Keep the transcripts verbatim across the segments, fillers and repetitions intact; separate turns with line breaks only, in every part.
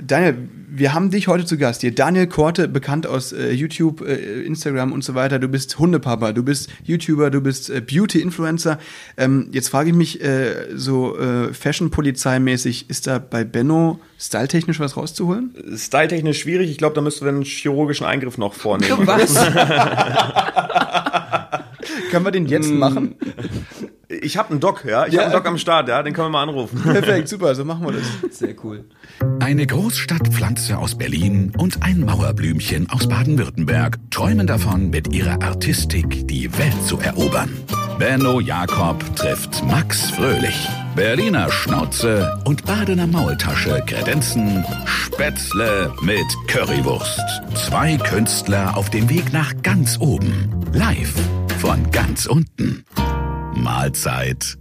Daniel, wir haben dich heute zu Gast hier. Daniel Korte, bekannt aus äh, YouTube, äh, Instagram und so weiter. Du bist Hundepapa, du bist YouTuber, du bist äh, Beauty-Influencer. Ähm, jetzt frage ich mich, äh, so äh, Fashion-Polizei-mäßig, ist da bei Benno styletechnisch was rauszuholen?
Styletechnisch schwierig. Ich glaube, da müssten wir einen chirurgischen Eingriff noch vornehmen.
Was? Können wir den jetzt machen?
Ich habe einen Doc, ja. Ich
Ja,
habe einen Doc am Start, ja. Den können wir mal anrufen.
Perfekt, super, so machen wir das.
Sehr cool.
Eine Großstadtpflanze aus Berlin und ein Mauerblümchen aus Baden-Württemberg träumen davon, mit ihrer Artistik die Welt zu erobern. Benno Jakob trifft Max Fröhlich. Berliner Schnauze und Badener Maultasche kredenzen Spätzle mit Currywurst. Zwei Künstler auf dem Weg nach ganz oben. Live von ganz unten. Mahlzeit.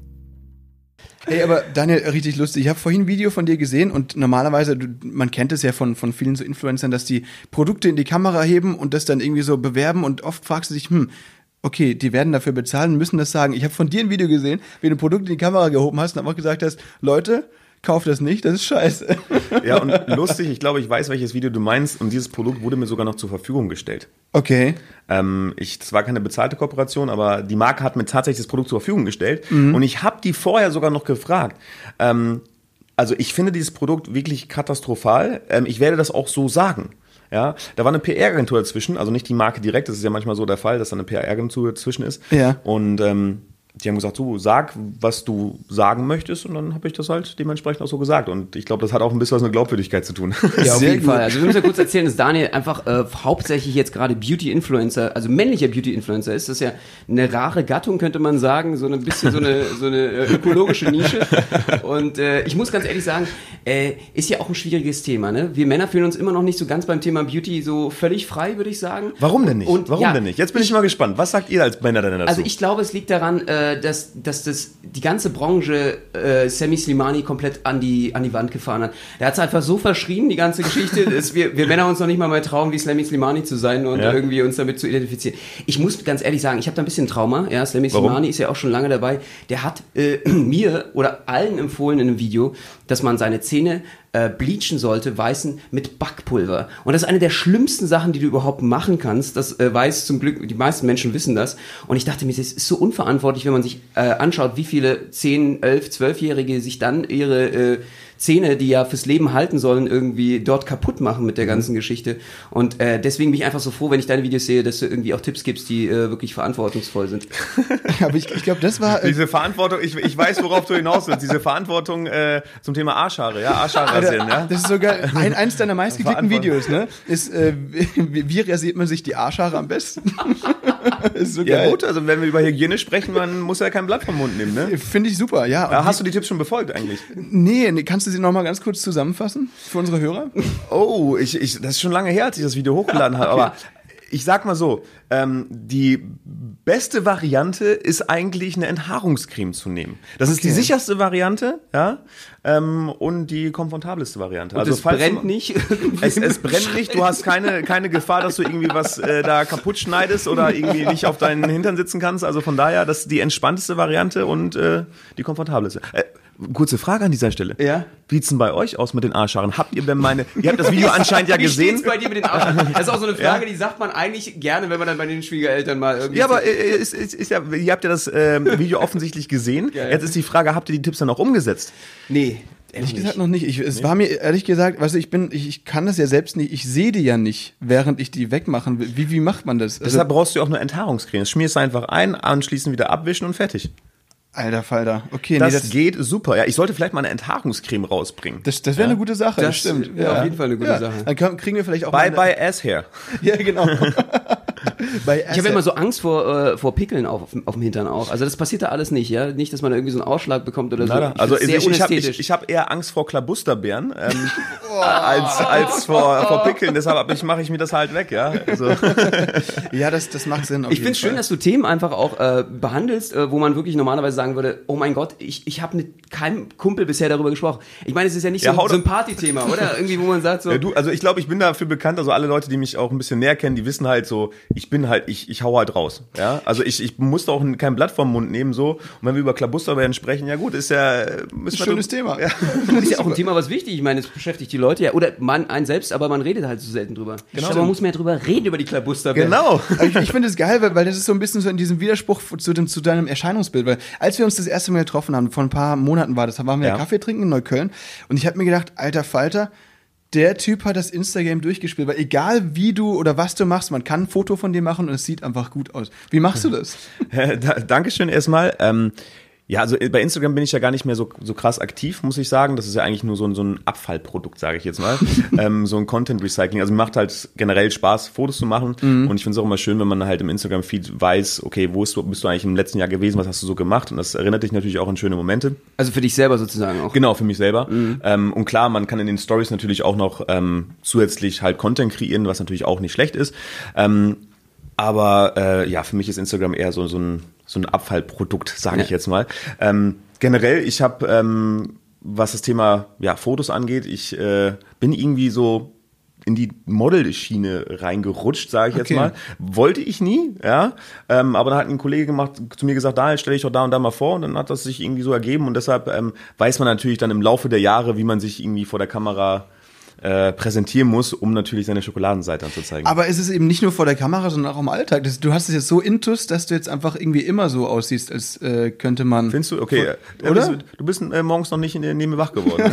Ey, aber Daniel, richtig lustig. Ich habe vorhin ein Video von dir gesehen und normalerweise, du, man kennt es ja von, von vielen so Influencern, dass die Produkte in die Kamera heben und das dann irgendwie so bewerben und oft fragst du dich, hm, okay, die werden dafür bezahlen, müssen das sagen. Ich habe von dir ein Video gesehen, wie du ein Produkt in die Kamera gehoben hast und auch gesagt hast, Leute, kauf das nicht, das ist scheiße.
Ja, und lustig, ich glaube, ich weiß, welches Video du meinst und dieses Produkt wurde mir sogar noch zur Verfügung gestellt.
Okay.
Ähm, ich, es war keine bezahlte Kooperation, aber die Marke hat mir tatsächlich das Produkt zur Verfügung gestellt mhm. und ich habe die vorher sogar noch gefragt. Ähm, also ich finde dieses Produkt wirklich katastrophal. Ähm, ich werde das auch so sagen. Ja, da war eine P R-Agentur dazwischen, also nicht die Marke direkt, das ist ja manchmal so der Fall, dass da eine P R-Agentur dazwischen ist.
Ja.
Und ähm, die haben gesagt, so, sag, was du sagen möchtest und dann habe ich das halt dementsprechend auch so gesagt und ich glaube, das hat auch ein bisschen was mit Glaubwürdigkeit zu tun.
Ja, auf
Sehr
jeden
gut.
Fall. Also wir müssen ja kurz erzählen, dass Daniel einfach äh, hauptsächlich jetzt gerade Beauty-Influencer, also männlicher Beauty-Influencer ist. Das ist ja eine rare Gattung, könnte man sagen, so ein bisschen so eine, so eine äh, ökologische Nische. Und äh, ich muss ganz ehrlich sagen, äh, ist ja auch ein schwieriges Thema. Ne? Wir Männer fühlen uns immer noch nicht so ganz beim Thema Beauty so völlig frei, würde ich sagen.
Warum denn nicht?
Und,
Warum
ja,
denn nicht? Jetzt bin ich, ich mal gespannt. Was sagt ihr als Männer denn dazu?
Also ich glaube, es liegt daran, äh, dass, dass das die ganze Branche äh, Sammy Slimani komplett an die, an die Wand gefahren hat. Der hat es einfach so verschrien, die ganze Geschichte, dass wir, wir Männer uns noch nicht mal mehr trauen, wie Sammy Slimani zu sein und ja. irgendwie uns damit zu identifizieren. Ich muss ganz ehrlich sagen, ich habe da ein bisschen Trauma. Ja, Sammy Slimani ist ja auch schon lange dabei. Der hat äh, mir oder allen empfohlen in einem Video, dass man seine Zähne äh, bleachen sollte, weißen, mit Backpulver. Und das ist eine der schlimmsten Sachen, die du überhaupt machen kannst. Das äh, weiß zum Glück, die meisten Menschen wissen das. Und ich dachte mir, es ist so unverantwortlich, wenn man sich äh, anschaut, wie viele zehn, elf, zwölfjährige sich dann ihre äh, Zähne, die ja fürs Leben halten sollen, irgendwie dort kaputt machen mit der ganzen Geschichte. Und äh, deswegen bin ich einfach so froh, wenn ich deine Videos sehe, dass du irgendwie auch Tipps gibst, die äh, wirklich verantwortungsvoll sind.
Aber ich, ich glaube, das war... Äh
diese Verantwortung, ich, ich weiß, worauf du hinaus willst, diese Verantwortung äh, zum Thema Arschhaare, ja, Arschhaare rasieren, ja.
Das ist sogar ein, eins deiner meistgeklickten Videos, ne? Ist, äh, wie, wie rasiert man sich die Arschhaare am besten? Ist so
ja
geil.
gut, also wenn wir über Hygiene sprechen, man muss ja kein Blatt vom Mund nehmen, ne?
Finde ich super, ja.
ja hast du die Tipps schon befolgt eigentlich?
Nee, nee, kannst du sie noch mal ganz kurz zusammenfassen für unsere Hörer?
Oh, ich, ich, das ist schon lange her, als ich das Video hochgeladen habe, aber ich sag mal so, ähm, die beste Variante ist eigentlich eine Enthaarungscreme zu nehmen. Das okay. ist die sicherste Variante, ja, ähm, und die komfortabelste Variante.
Und
also
es brennt du, nicht?
Es, es brennt nicht, du hast keine, keine Gefahr, dass du irgendwie was äh, da kaputt schneidest oder irgendwie nicht auf deinen Hintern sitzen kannst. Also von daher, das ist die entspannteste Variante und äh, die komfortabelste. Äh, Kurze Frage an dieser Stelle.
Ja?
Wie sieht's denn bei euch aus mit den Arschhaaren? Habt ihr denn meine, ihr habt das Video anscheinend ja
Wie
gesehen.
Wie steht's bei dir mit den Arschhaaren? Das ist auch so eine Frage, ja? Die sagt man eigentlich gerne, wenn man dann bei den Schwiegereltern mal irgendwie...
Ja, aber äh, ist, ist, ist ja, ihr habt ja das äh, Video offensichtlich gesehen. Ja, ja. Jetzt ist die Frage, habt ihr die Tipps dann auch umgesetzt?
Nee. Ehrlich gesagt noch nicht. Ich, es nee. war mir ehrlich gesagt, weißt du, ich bin, ich, ich kann das ja selbst nicht, ich sehe die ja nicht, während ich die wegmachen will. Wie, wie macht man das? Also,
deshalb brauchst du auch eine Enthaarungscreme. Schmierst einfach ein, anschließend wieder abwischen und fertig.
Alter Falter. Okay,
das,
nee, das
geht super. Ja, ich sollte vielleicht mal eine Enthaarungscreme rausbringen.
Das, das wäre ja? eine gute Sache, das, das stimmt.
Ja, auf jeden Fall eine gute
ja.
Sache.
Dann können, kriegen wir vielleicht auch
Bye
mal
bye Ass Hair.
Ja, genau.
Bei ich habe immer so Angst vor, äh, vor Pickeln auf, auf, auf dem Hintern auch. Also das passiert da alles nicht, ja. Nicht, dass man da irgendwie so einen Ausschlag bekommt oder so.
Ich also ich, ich habe ich, ich hab eher Angst vor Klabusterbeeren ähm, oh. als, als vor, vor Pickeln. Deshalb ich, mache ich mir das halt weg, ja. Also.
Ja, das, das macht Sinn.
Ich finde es schön, dass du Themen einfach auch äh, behandelst, äh, wo man wirklich normalerweise sagen würde, oh mein Gott, ich, ich habe mit keinem Kumpel bisher darüber gesprochen. Ich meine, es ist ja nicht ja, so, so ein Partythema, oder? Irgendwie, wo man sagt so...
Ja, du, also ich glaube, ich bin dafür bekannt, also alle Leute, die mich auch ein bisschen näher kennen, die wissen halt so, ich bin bin halt, ich, ich hau halt raus. Ja? Also ich, ich musste auch kein Blatt vom Mund nehmen so. Und wenn wir über Klabuster werden sprechen, ja gut, ist ja müssen wir
schönes Thema.
Ja. Das ist ja auch ein Thema, was wichtig. Ich meine, es beschäftigt die Leute ja. Oder man einen selbst, aber man redet halt so selten drüber. Genau. Aber man muss mehr drüber reden, über die Klabuster.
Genau.
Ich, ich finde es geil, weil, weil das ist so ein bisschen so in diesem Widerspruch zu, dem, zu deinem Erscheinungsbild. Weil als wir uns das erste Mal getroffen haben, vor ein paar Monaten war das, da waren wir ja. Kaffee trinken in Neukölln. Und ich habe mir gedacht, alter Falter, der Typ hat das Instagram durchgespielt, weil egal wie du oder was du machst, man kann ein Foto von dir machen und es sieht einfach gut aus. Wie machst du das?
Dankeschön erstmal. Ähm, ja, also bei Instagram bin ich ja gar nicht mehr so, so krass aktiv, muss ich sagen. Das ist ja eigentlich nur so ein, so ein Abfallprodukt, sage ich jetzt mal. ähm, so ein Content-Recycling. Also mir macht halt generell Spaß, Fotos zu machen. Mhm. Und ich finde es auch immer schön, wenn man halt im Instagram-Feed weiß, okay, wo bist du, bist du eigentlich im letzten Jahr gewesen, was hast du so gemacht? Und das erinnert dich natürlich auch an schöne Momente.
Also für dich selber sozusagen auch?
Genau, für mich selber. Mhm. Ähm, und klar, man kann in den Stories natürlich auch noch ähm, zusätzlich halt Content kreieren, was natürlich auch nicht schlecht ist. Ähm, aber äh, ja, für mich ist Instagram eher so, so ein so ein Abfallprodukt, sage ich ja. jetzt mal. Ähm, generell, ich habe, ähm, was das Thema ja, Fotos angeht, ich äh, bin irgendwie so in die Model-Schiene reingerutscht, sage ich okay. jetzt mal. Wollte ich nie, ja. Ähm, aber dann hat ein Kollege gemacht, zu mir gesagt, Daniel, stelle ich doch da und da mal vor. Und dann hat das sich irgendwie so ergeben. Und deshalb ähm, weiß man natürlich dann im Laufe der Jahre, wie man sich irgendwie vor der Kamera Äh, präsentieren muss, um natürlich seine Schokoladenseite anzuzeigen.
Aber es ist eben nicht nur vor der Kamera, sondern auch im Alltag. Das, du hast es jetzt so intus, dass du jetzt einfach irgendwie immer so aussiehst, als äh, könnte man...
Findest du? Okay.
Vor, oder?
Du bist, du bist äh, morgens noch nicht in der, neben mir wach geworden.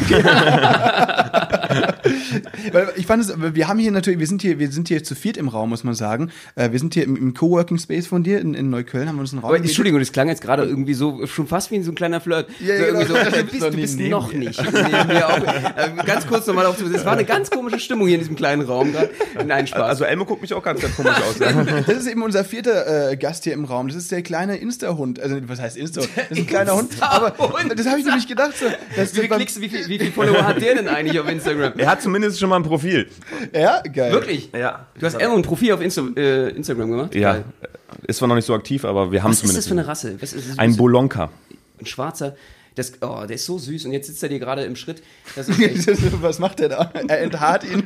Weil ich fand es, wir haben hier natürlich, wir sind hier, wir sind hier zu viert im Raum, muss man sagen. Wir sind hier im, im Coworking Space von dir in, in Neukölln, haben wir uns einen Raum.
Aber Entschuldigung, das klang jetzt gerade irgendwie so, schon fast wie so ein kleiner Flirt.
Ja,
so
ja,
irgendwie
genau.
so, du bist, du bist noch nicht. Neben mir auch. Äh, ganz kurz nochmal auf, es war eine ganz komische Stimmung hier in diesem kleinen Raum gerade. Nein, Spaß.
Also Elmo guckt mich auch ganz, ganz komisch aus. Ja.
Das ist eben unser vierter äh, Gast hier im Raum. Das ist der kleine Insta-Hund. Also, was heißt Insta? Das ist ein kleiner Hund. Aber das habe ich nämlich gedacht. So, dass
wie, viel Klicks, wie, viel, wie viele Follower hat der denn eigentlich auf Instagram?
Er hat zumindest schon mal ein Profil.
Ja, geil.
Wirklich?
Ja.
Du hast Elmo ein Profil auf Insta, äh, Instagram gemacht?
Ja.
Geil.
Ist zwar noch nicht so aktiv, aber wir haben
was
zumindest.
Was ist das für eine Rasse? Was ist das?
Ein Bolonka.
Ein schwarzer. Das, oh, der ist so süß und jetzt sitzt er dir gerade im Schritt. Das ist
was macht er da? Er enthaart ihn.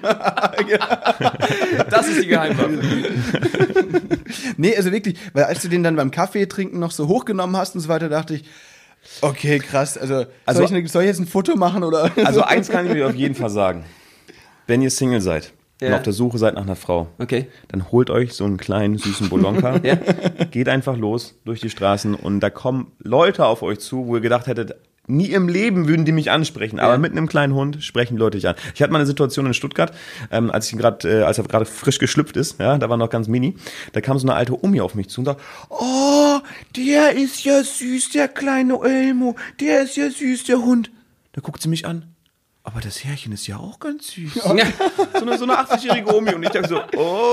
Das ist die Geheimwaffe.
Nee, also wirklich, weil als du den dann beim Kaffee trinken noch so hochgenommen hast und so weiter, dachte ich, okay, krass, also,
also
soll, ich, ne, soll ich jetzt ein Foto machen oder?
Also eins kann ich mir auf jeden Fall sagen. Wenn ihr Single seid ja. und auf der Suche seid nach einer Frau,
okay.
dann holt euch so einen kleinen, süßen Bolonka, ja. geht einfach los durch die Straßen und da kommen Leute auf euch zu, wo ihr gedacht hättet, nie im Leben würden die mich ansprechen, aber ja. mit einem kleinen Hund sprechen Leute dich an. Ich hatte mal eine Situation in Stuttgart, ähm, als ich ihn gerade, äh, als er gerade frisch geschlüpft ist, ja, da war noch ganz mini, da kam so eine alte Omi auf mich zu und sagte, oh, der ist ja süß, der kleine Elmo, der ist ja süß, der Hund. Da guckt sie mich an. Aber das Härchen ist ja auch ganz süß. Ja. So eine, so eine achtzigjährige Omi. Und ich dachte so,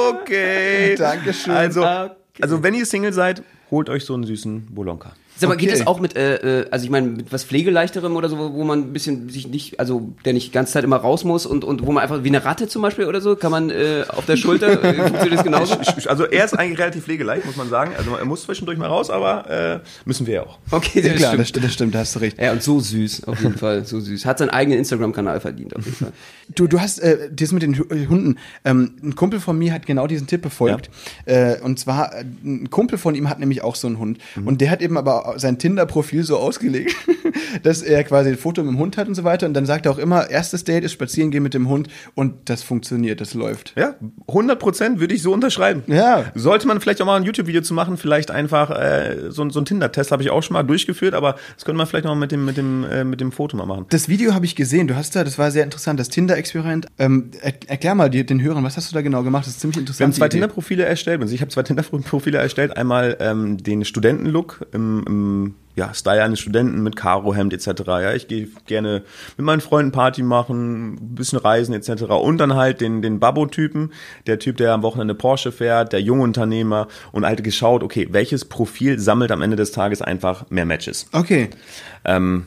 okay.
Dankeschön.
Also,
okay.
also wenn ihr Single seid, holt euch so einen süßen Bolonka.
Sag mal,
okay.
geht das auch mit, äh, also ich meine, mit was Pflegeleichterem oder so, wo, wo man ein bisschen sich nicht, also der nicht die ganze Zeit immer raus muss und, und wo man einfach, wie eine Ratte zum Beispiel oder so, kann man äh, auf der Schulter, äh, funktioniert das genauso?
Also er ist eigentlich relativ pflegeleicht, muss man sagen. Also er muss zwischendurch mal raus, aber äh, müssen wir ja auch.
Okay, das
ja, klar,
stimmt.
Das, stimmt, das stimmt, da hast du recht.
Ja, und so süß, auf jeden Fall, so süß. Hat seinen eigenen Instagram-Kanal verdient, auf jeden Fall.
Du, du hast äh, das mit den Hunden, ähm, ein Kumpel von mir hat genau diesen Tipp befolgt. Ja. Äh, und zwar, ein Kumpel von ihm hat nämlich auch so einen Hund. Mhm. Und der hat eben aber sein Tinder-Profil so ausgelegt, dass er quasi ein Foto mit dem Hund hat und so weiter. Und dann sagt er auch immer, erstes Date ist spazieren gehen mit dem Hund. Und das funktioniert, das läuft.
Ja, hundert Prozent würde ich so unterschreiben.
Ja.
Sollte man vielleicht auch mal ein YouTube-Video zu machen, vielleicht einfach äh, so, so ein Tinder-Test habe ich auch schon mal durchgeführt, aber das könnte man vielleicht noch mal mit dem, mit dem, äh, mit dem Foto mal machen.
Das Video habe ich gesehen, du hast da, das war sehr interessant, das Tinder-Experiment. Ähm, er, erklär mal die, den Hörern, was hast du da genau gemacht? Das ist ziemlich interessant.
Wir haben zwei Tinder-Profile erstellt, also ich habe zwei Tinder-Profile erstellt, einmal ähm, den Studenten-Look im, im ja, Style eines Studenten mit Karohemd et cetera. Ja, ich gehe gerne mit meinen Freunden Party machen, ein bisschen reisen et cetera. Und dann halt den den Babbo-Typen, der Typ, der am Wochenende Porsche fährt, der junge Unternehmer und halt geschaut, okay, welches Profil sammelt am Ende des Tages einfach mehr Matches.
Okay.
Ähm,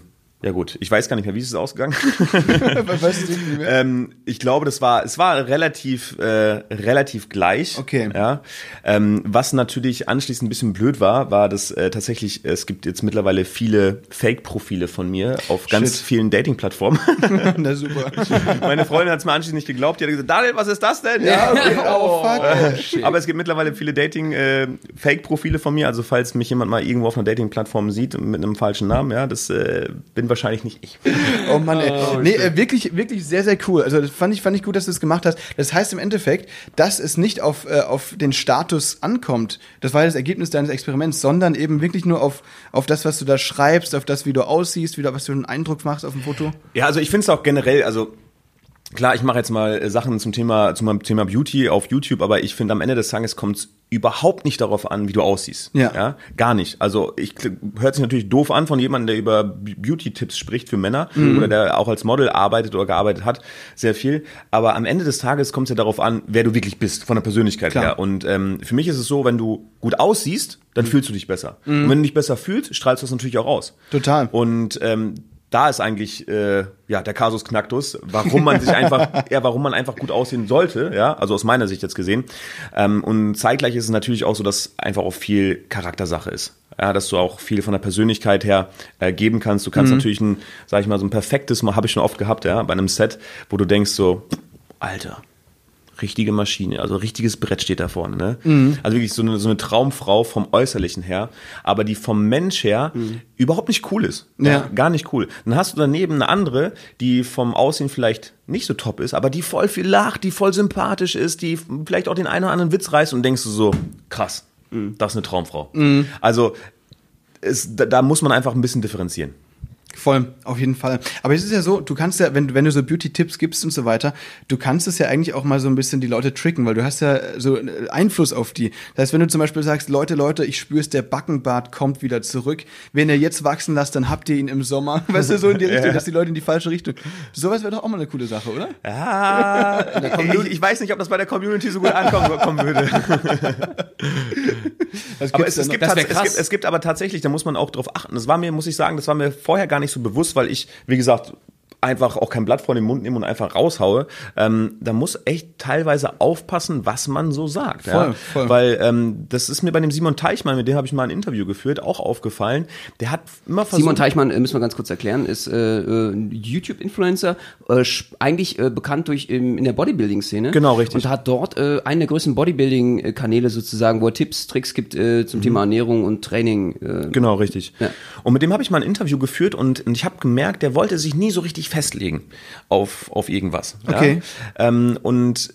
Ja gut, ich weiß gar nicht mehr, wie ist es ausgegangen?
Weißt du nicht mehr?
ähm, ich glaube, das war, es war relativ, äh, relativ gleich.
Okay.
Ja. Ähm, was natürlich anschließend ein bisschen blöd war, war, dass äh, tatsächlich, es gibt jetzt mittlerweile viele Fake-Profile von mir auf ganz
Shit.
vielen Dating-Plattformen.
Na super.
Meine Freundin hat es mir anschließend nicht geglaubt. Die hat gesagt, Daniel, was ist das denn?
Ja, okay. Oh, fuck.
Shit.
Aber es gibt mittlerweile viele Dating-Fake-Profile von mir. Also falls mich jemand mal irgendwo auf einer Dating-Plattform sieht mit einem falschen Namen, ja, das äh, bin wahrscheinlich nicht ich.
Oh Mann, ey.
Oh,
nee,
shit.
äh, wirklich, wirklich sehr, sehr cool. Also das fand ich, fand ich gut, dass du das gemacht hast. Das heißt im Endeffekt, dass es nicht auf, äh, auf den Status ankommt. Das war das Ergebnis deines Experiments, sondern eben wirklich nur auf, auf das, was du da schreibst, auf das, wie du aussiehst, wie du, was du einen Eindruck machst auf dem Foto.
Ja, also ich finde es auch generell, also klar, ich mache jetzt mal äh, Sachen zum Thema, zum Thema Beauty auf YouTube, aber ich finde, am Ende des Tages kommt es überhaupt nicht darauf an, wie du aussiehst.
Ja.
ja. Gar nicht. Also ich hört sich natürlich doof an von jemandem, der über Beauty-Tipps spricht für Männer mhm. oder der auch als Model arbeitet oder gearbeitet hat, sehr viel. Aber am Ende des Tages kommt es ja darauf an, wer du wirklich bist, von der Persönlichkeit
Klar.
her. Und ähm, für mich ist es so, wenn du gut aussiehst, dann mhm. fühlst du dich besser. Mhm. Und wenn du dich besser fühlst, strahlst du das natürlich auch aus.
Total.
Und ähm, da ist eigentlich äh, ja der Kasus Knacktus, warum man sich einfach, ja, warum man einfach gut aussehen sollte, ja, also aus meiner Sicht jetzt gesehen. Ähm, und zeitgleich ist es natürlich auch so, dass einfach auch viel Charaktersache ist, ja, dass du auch viel von der Persönlichkeit her äh, geben kannst. Du kannst
Mhm.
natürlich ein, sag ich mal, so ein perfektes, mal habe ich schon oft gehabt, ja, bei einem Set, wo du denkst so, Alter. Richtige Maschine, also richtiges Brett steht da vorne. Ne? Mhm. Also wirklich so eine, so eine Traumfrau vom Äußerlichen her, aber die vom Mensch her mhm. überhaupt nicht cool ist. Ja. Ja, gar nicht cool. Dann hast du daneben eine andere, die vom Aussehen vielleicht nicht so top ist, aber die voll viel lacht, die voll sympathisch ist, die vielleicht auch den einen oder anderen Witz reißt und denkst du so, krass, mhm. das ist eine Traumfrau. Mhm. Also es, da, da muss man einfach ein bisschen differenzieren.
Voll, auf jeden Fall. Aber es ist ja so, du kannst ja, wenn, wenn du so Beauty-Tipps gibst und so weiter, du kannst es ja eigentlich auch mal so ein bisschen die Leute tricken, weil du hast ja so Einfluss auf die. Das heißt, wenn du zum Beispiel sagst, Leute, Leute, ich spür's, der Backenbart kommt wieder zurück. Wenn ihr jetzt wachsen lasst, dann habt ihr ihn im Sommer. Weißt du, so in die Richtung,
ja.
dass die Leute in die falsche Richtung. Sowas wäre doch auch mal eine coole Sache, oder?
Ja, ich, ich weiß nicht, ob das bei der Community so gut ankommen kommen würde. Aber es, es, gibt es, gibt, es gibt aber tatsächlich, da muss man auch drauf achten. Das war mir, muss ich sagen, das war mir vorher gar nicht so bewusst, weil ich, wie gesagt, einfach auch kein Blatt vor den Mund nehme und einfach raushaue. Ähm, da muss echt teilweise aufpassen, was man so sagt.
Voll,
ja?
voll.
Weil ähm, das ist mir bei dem Simon Teichmann, mit dem habe ich mal ein Interview geführt, auch aufgefallen. Der hat immer versucht...
Simon Teichmann, äh, müssen wir ganz kurz erklären, ist äh, äh, YouTube-Influencer, äh, eigentlich äh, bekannt durch ähm, in der Bodybuilding-Szene.
Genau, richtig.
Und hat dort äh, einen der größten Bodybuilding-Kanäle sozusagen, wo er Tipps, Tricks gibt äh, zum mhm. Thema Ernährung und Training. Äh,
genau, richtig.
Ja.
Und mit dem habe ich mal ein Interview geführt und, und ich habe gemerkt, der wollte sich nie so richtig festlegen auf, auf irgendwas.
Okay.
Ja? Ähm, und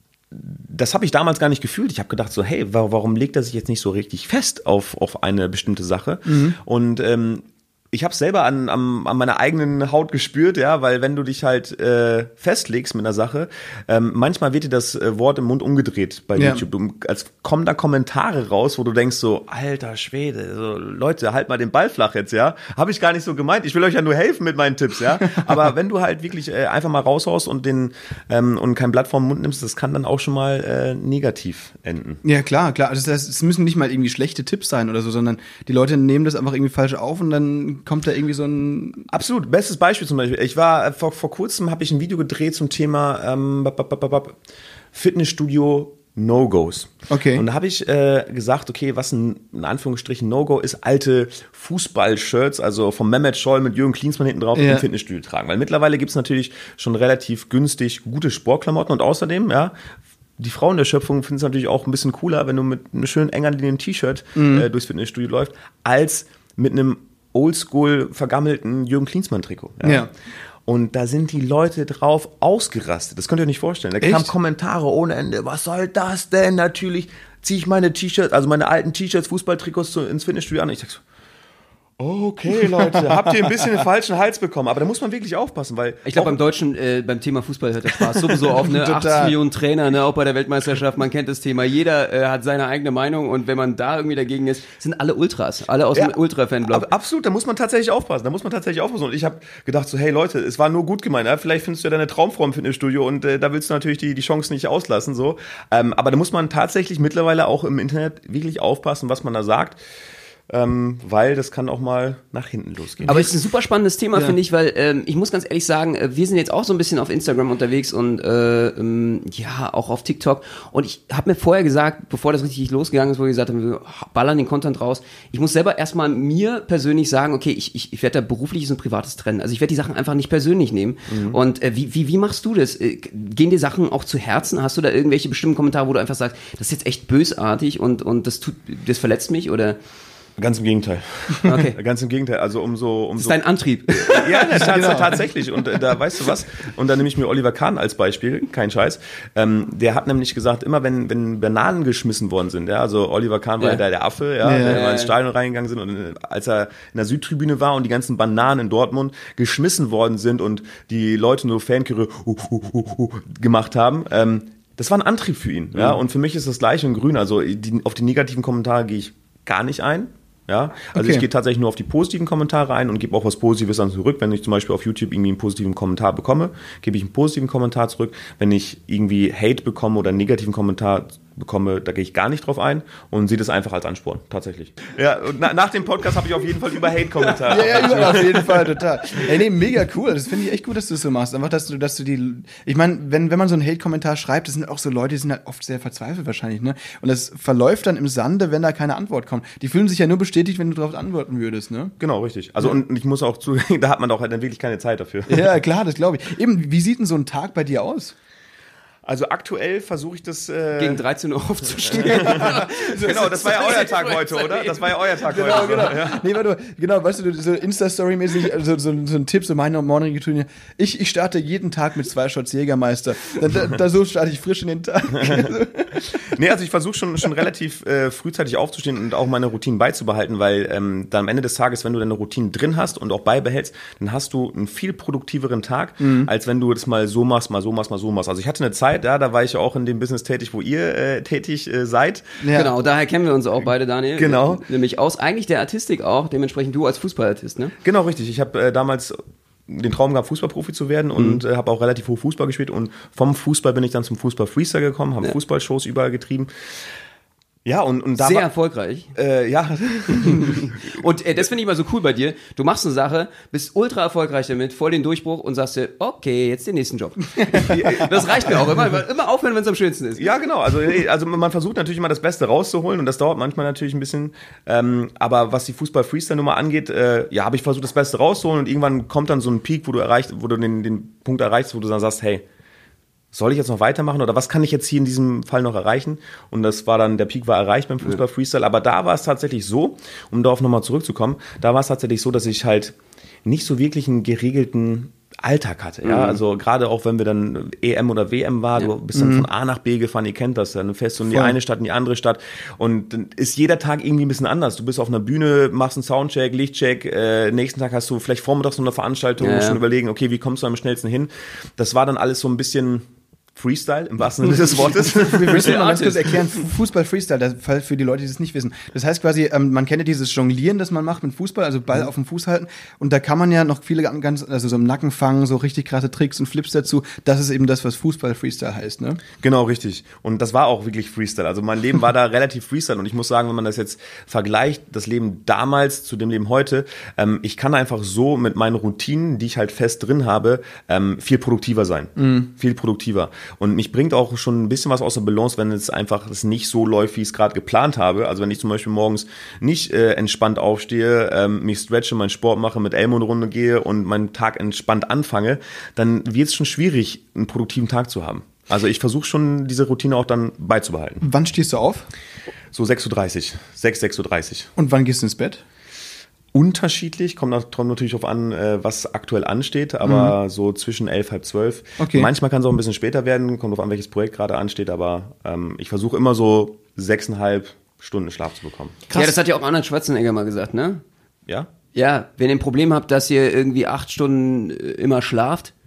das habe ich damals gar nicht gefühlt. Ich habe gedacht so, hey, warum legt er sich jetzt nicht so richtig fest auf, auf eine bestimmte Sache? Mhm. Und ähm, ich habe es selber an, an, an meiner eigenen Haut gespürt, ja, weil wenn du dich halt äh, festlegst mit einer Sache, ähm, manchmal wird dir das äh, Wort im Mund umgedreht bei
ja.
YouTube. Du, als kommen da Kommentare raus, wo du denkst so, alter Schwede, so, Leute, halt mal den Ball flach jetzt, ja. Habe ich gar nicht so gemeint. Ich will euch ja nur helfen mit meinen Tipps, ja. Aber wenn du halt wirklich äh, einfach mal raushaust und den ähm, und kein Blatt vom Mund nimmst, das kann dann auch schon mal äh, negativ enden.
Ja, klar, klar. Also das heißt, es müssen nicht mal irgendwie schlechte Tipps sein oder so, sondern die Leute nehmen das einfach irgendwie falsch auf und dann kommt da irgendwie so ein...
Absolut, bestes Beispiel zum Beispiel. Ich war, vor, vor kurzem habe ich ein Video gedreht zum Thema ähm, Fitnessstudio No-Gos.
Okay.
Und da habe ich äh, gesagt, okay, was ein, in Anführungsstrichen No-Go ist, alte Fußball-Shirts, also vom Mehmet Scholl mit Jürgen Klinsmann hinten drauf, ja. im Fitnessstudio tragen. Weil mittlerweile gibt's natürlich schon relativ günstig gute Sportklamotten und außerdem, ja, die Frauen der Schöpfung finden es natürlich auch ein bisschen cooler, wenn du mit einem schönen eng anliegenden T-Shirt mhm. äh, durchs Fitnessstudio läufst, als mit einem oldschool vergammelten Jürgen Klinsmann-Trikot. Ja.
ja.
Und da sind die Leute drauf ausgerastet. Das könnt ihr euch nicht vorstellen. Da kamen Kommentare ohne Ende. Was soll das denn? Natürlich ziehe ich meine T-Shirts, also meine alten T-Shirts, Fußballtrikots ins Fitnessstudio an. Und ich sag so, okay, Leute, habt ihr ein bisschen den falschen Hals bekommen. Aber da muss man wirklich aufpassen, weil...
Ich glaube, beim Deutschen, äh, beim Thema Fußball hört der Spaß sowieso auf, ne? achtzig Millionen Trainer, ne? Auch bei der Weltmeisterschaft, man kennt das Thema. Jeder äh, hat seine eigene Meinung und wenn man da irgendwie dagegen ist, sind alle Ultras, alle aus ja, dem Ultra-Fanblock.
Absolut, da muss man tatsächlich aufpassen, da muss man tatsächlich aufpassen. Und ich habe gedacht so, hey Leute, es war nur gut gemeint, ja? Vielleicht findest du ja deine Traumfrau im Fitnessstudio und äh, da willst du natürlich die, die Chance nicht auslassen, so. Ähm, aber da muss man tatsächlich mittlerweile auch im Internet wirklich aufpassen, was man da sagt. Ähm, weil das kann auch mal nach hinten losgehen.
Aber es ist ein super spannendes Thema, ja. finde ich, weil ähm, ich muss ganz ehrlich sagen, äh, wir sind jetzt auch so ein bisschen auf Instagram unterwegs und äh, ähm, ja, auch auf TikTok. Und ich habe mir vorher gesagt, bevor das richtig losgegangen ist, wo wir gesagt haben, wir ballern den Content raus, ich muss selber erstmal mir persönlich sagen, okay, ich, ich, ich werde da berufliches und privates trennen. Also ich werde die Sachen einfach nicht persönlich nehmen. Mhm. Und äh, wie, wie, wie machst du das? Äh, gehen dir Sachen auch zu Herzen? Hast du da irgendwelche bestimmten Kommentare, wo du einfach sagst, das ist jetzt echt bösartig und, und das tut, das verletzt mich oder...
Ganz im Gegenteil.
Okay.
Ganz im Gegenteil. Also umso, umso.
Das ist dein Antrieb.
Ja, ja tats- genau. tatsächlich. Und äh, da weißt du was? Und da nehme ich mir Oliver Kahn als Beispiel, kein Scheiß. Ähm, der hat nämlich gesagt, immer wenn, wenn Bananen geschmissen worden sind, ja, also Oliver Kahn war ja der, der Affe, ja, ja, der ja, immer ins Stadion reingegangen sind und äh, als er in der Südtribüne war und die ganzen Bananen in Dortmund geschmissen worden sind und die Leute nur Fanchöre uh, uh, uh, uh, gemacht haben, ähm, das war ein Antrieb für ihn. Ja, und für mich ist das gleiche in Grün. Also die, auf die negativen Kommentare gehe ich gar nicht ein. Ja, also okay. Ich gehe tatsächlich nur auf die positiven Kommentare ein und gebe auch was Positives dann zurück. Wenn ich zum Beispiel auf YouTube irgendwie einen positiven Kommentar bekomme, gebe ich einen positiven Kommentar zurück. Wenn ich irgendwie Hate bekomme oder einen negativen Kommentar bekomme, da gehe ich gar nicht drauf ein und sehe das einfach als Ansporn, tatsächlich. Ja, und na, nach dem Podcast habe ich auf jeden Fall über Hate-Kommentare.
ja, ja, über, auf jeden Fall, total. Ey, nee, mega cool. Das finde ich echt gut, dass du es so machst. Einfach, dass du, dass du die, ich meine, wenn, wenn man so einen Hate-Kommentar schreibt, das sind auch so Leute, die sind halt oft sehr verzweifelt wahrscheinlich, ne? Und das verläuft dann im Sande, wenn da keine Antwort kommt. Die fühlen sich ja nur bestätigt, wenn du darauf antworten würdest, ne?
Genau, richtig. Also, ja. Und ich muss auch zu, da hat man doch halt dann wirklich keine Zeit dafür.
Ja, klar, das glaube ich. Eben, wie sieht denn so ein Tag bei dir aus?
Also aktuell versuche ich das... Äh
Gegen dreizehn Uhr aufzustehen.
Genau, das war ja euer Tag heute, oder? Das war ja euer Tag
genau,
heute.
Genau, ja. Nee, warte, genau, weißt du, so Insta-Story-mäßig, so, so, so ein Tipp, so meine mornige Routine. Ich, ich starte jeden Tag mit zwei Shots Jägermeister. Da, da, da so starte ich frisch in den Tag.
Nee, also ich versuche schon, schon relativ äh, frühzeitig aufzustehen und auch meine Routinen beizubehalten, weil ähm, dann am Ende des Tages, wenn du deine Routinen drin hast und auch beibehältst, dann hast du einen viel produktiveren Tag, mhm. als wenn du das mal so machst, mal so machst, mal so machst. Also ich hatte eine Zeit, ja, da war ich auch in dem Business tätig, wo ihr äh, tätig äh, seid.
Ja. Genau, daher kennen wir uns auch beide, Daniel.
Genau.
Nämlich aus eigentlich der Artistik auch, dementsprechend du als Fußballartist, ne?
Genau, richtig. Ich habe äh, damals den Traum gehabt, Fußballprofi zu werden und mhm. äh, habe auch relativ hoch Fußball gespielt und vom Fußball bin ich dann zum Fußball-Freestyle gekommen, habe ja. Fußballshows überall getrieben. Ja, und, und da
sehr
war,
erfolgreich.
Äh, ja.
Und äh, das finde ich immer so cool bei dir. Du machst eine Sache, bist ultra erfolgreich damit, voll den Durchbruch und sagst dir, okay, jetzt den nächsten Job. Das reicht mir auch immer. Immer aufhören, wenn es am schönsten ist.
Ja, genau. Also, also man versucht natürlich immer das Beste rauszuholen und das dauert manchmal natürlich ein bisschen. Ähm, aber was die Fußball-Freestyle-Nummer angeht, äh, ja, habe ich versucht, das Beste rauszuholen und irgendwann kommt dann so ein Peak, wo du erreicht, wo du den, den Punkt erreichst, wo du dann sagst, hey, soll ich jetzt noch weitermachen oder was kann ich jetzt hier in diesem Fall noch erreichen? Und das war dann, der Peak war erreicht beim Fußball-Freestyle, aber da war es tatsächlich so, um darauf nochmal zurückzukommen, da war es tatsächlich so, dass ich halt nicht so wirklich einen geregelten Alltag hatte, ja, mhm. also gerade auch wenn wir dann E M oder W M war, ja. du bist dann mhm. von A nach B gefahren, ihr kennt das, dann fährst du in die Voll. eine Stadt, in die andere Stadt und dann ist jeder Tag irgendwie ein bisschen anders. Du bist auf einer Bühne, machst einen Soundcheck, Lichtcheck, äh, nächsten Tag hast du vielleicht vormittags noch eine Veranstaltung, ja, musst schon ja. überlegen, okay, wie kommst du am schnellsten hin? Das war dann alles so ein bisschen Freestyle, im wahrsten Sinne des Wortes.
Wir müssen mal ganz kurz erklären, Fußball-Freestyle, das, für die Leute, die das nicht wissen. Das heißt quasi, ähm, man kennt ja dieses Jonglieren, das man macht mit Fußball, also Ball mhm. auf dem Fuß halten. Und da kann man ja noch viele ganz, also so im Nacken fangen, so richtig krasse Tricks und Flips dazu. Das ist eben das, was Fußball-Freestyle heißt, ne?
Genau, richtig. Und das war auch wirklich Freestyle. Also mein Leben war da relativ Freestyle. Und ich muss sagen, wenn man das jetzt vergleicht, das Leben damals zu dem Leben heute, ähm, ich kann einfach so mit meinen Routinen, die ich halt fest drin habe, ähm, viel produktiver sein. Mhm. Viel produktiver. Und mich bringt auch schon ein bisschen was aus der Balance, wenn es einfach es nicht so läuft, wie ich es gerade geplant habe. Also wenn ich zum Beispiel morgens nicht äh, entspannt aufstehe, ähm, mich stretche, meinen Sport mache, mit Elmo eine Runde gehe und meinen Tag entspannt anfange, dann wird es schon schwierig, einen produktiven Tag zu haben. Also ich versuche schon, diese Routine auch dann beizubehalten.
Wann stehst du auf?
So sechs Uhr dreißig. sechs, sechs Uhr dreißig.
Und wann gehst du ins Bett?
Unterschiedlich, kommt natürlich darauf an, was aktuell ansteht, aber mhm. so zwischen elf, halb zwölf. Okay. Manchmal kann es auch ein bisschen später werden, kommt darauf an, welches Projekt gerade ansteht, aber ähm, ich versuche immer so sechseinhalb Stunden Schlaf zu bekommen.
Krass. Ja, das hat ja auch Arnold Schwarzenegger mal gesagt, ne?
Ja?
Ja, wenn ihr ein Problem habt, dass ihr irgendwie acht Stunden immer schlaft,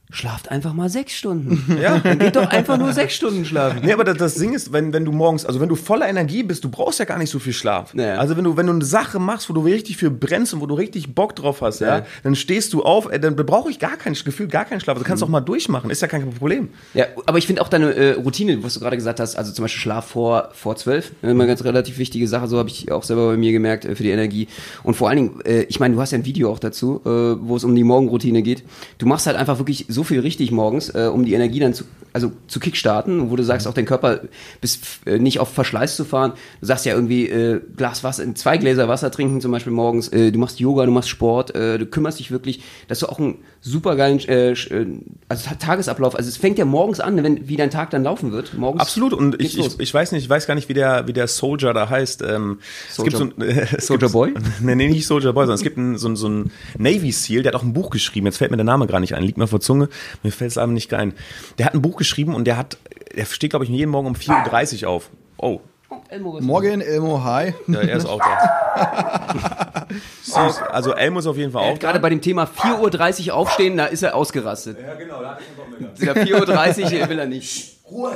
schlaft einfach mal sechs Stunden. Ja. Dann geht doch einfach nur sechs Stunden schlafen.
Nee, aber das, das Ding ist, wenn, wenn du morgens, also wenn du voller Energie bist, du brauchst ja gar nicht so viel Schlaf.
Ja.
Also wenn du, wenn du eine Sache machst, wo du richtig für brennst und wo du richtig Bock drauf hast, ja,
Ja.
dann stehst du auf, ey, dann brauche ich gar kein Gefühl, gar keinen Schlaf. Du kannst auch mal durchmachen, ist ja kein Problem.
Ja, aber ich finde auch deine äh, Routine, was du gerade gesagt hast, also zum Beispiel Schlaf vor, vor zwölf, immer eine ganz relativ wichtige Sache, so habe ich auch selber bei mir gemerkt, äh, für die Energie. Und vor allen Dingen, äh, ich meine, du hast ja ein Video auch dazu, äh, wo es um die Morgenroutine geht. Du machst halt einfach wirklich so viel richtig morgens, äh, um die Energie dann zu, also zu kickstarten, wo du sagst, auch den Körper bis äh, nicht auf Verschleiß zu fahren. Du sagst ja irgendwie, äh, Glas Wasser, zwei Gläser Wasser trinken zum Beispiel morgens, äh, du machst Yoga, du machst Sport, äh, du kümmerst dich wirklich, dass du auch einen super geilen äh, also Tagesablauf, also es fängt ja morgens an, wenn wie dein Tag dann laufen wird. Morgens
Absolut, und ich,
geht's los.
ich, ich weiß nicht, ich weiß gar nicht, wie der, wie der Soldier da heißt. Ähm,
Soldier-
es gibt so ein, äh, es
Soldier
gibt,
Boy?
Nee, nee, nicht Soldier Boy, sondern es gibt einen, so, ein- so ein Navy Seal, der hat auch ein Buch geschrieben, jetzt fällt mir der Name gar nicht ein, liegt mir vor Zunge, mir fällt es aber nicht ein. Der hat ein Buch geschrieben und der hat, der steht, glaube ich, jeden Morgen um vier Uhr dreißig auf. Oh,
Morgen, Elmo, hi.
ja, er ist auch da. Süß. Also Elmo ist auf jeden Fall auch
Gerade bei dem Thema vier Uhr dreißig aufstehen, da ist er ausgerastet.
Ja, genau, da hat er keinen Bock mehr.
Dieser vier Uhr dreißig will er nicht.
Ruhe.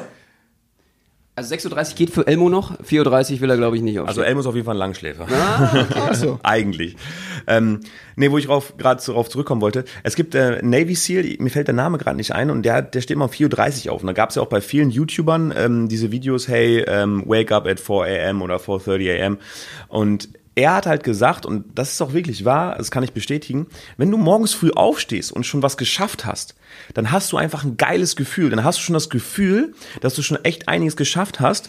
Also sechs Uhr dreißig geht für Elmo noch, vier Uhr dreißig will er, glaube ich, nicht
Also
aufstehen.
Elmo ist auf jeden Fall ein Langschläfer.
Ach so.
Eigentlich. Ähm, nee, wo ich gerade darauf zurückkommen wollte. Es gibt äh, Navy Seal, mir fällt der Name gerade nicht ein, und der, der steht immer um vier Uhr dreißig auf. Und da gab es ja auch bei vielen YouTubern ähm, diese Videos, hey, ähm, wake up at four a m oder four thirty a m Und er hat halt gesagt, und das ist auch wirklich wahr, das kann ich bestätigen, wenn du morgens früh aufstehst und schon was geschafft hast, dann hast du einfach ein geiles Gefühl. Dann hast du schon das Gefühl, dass du schon echt einiges geschafft hast,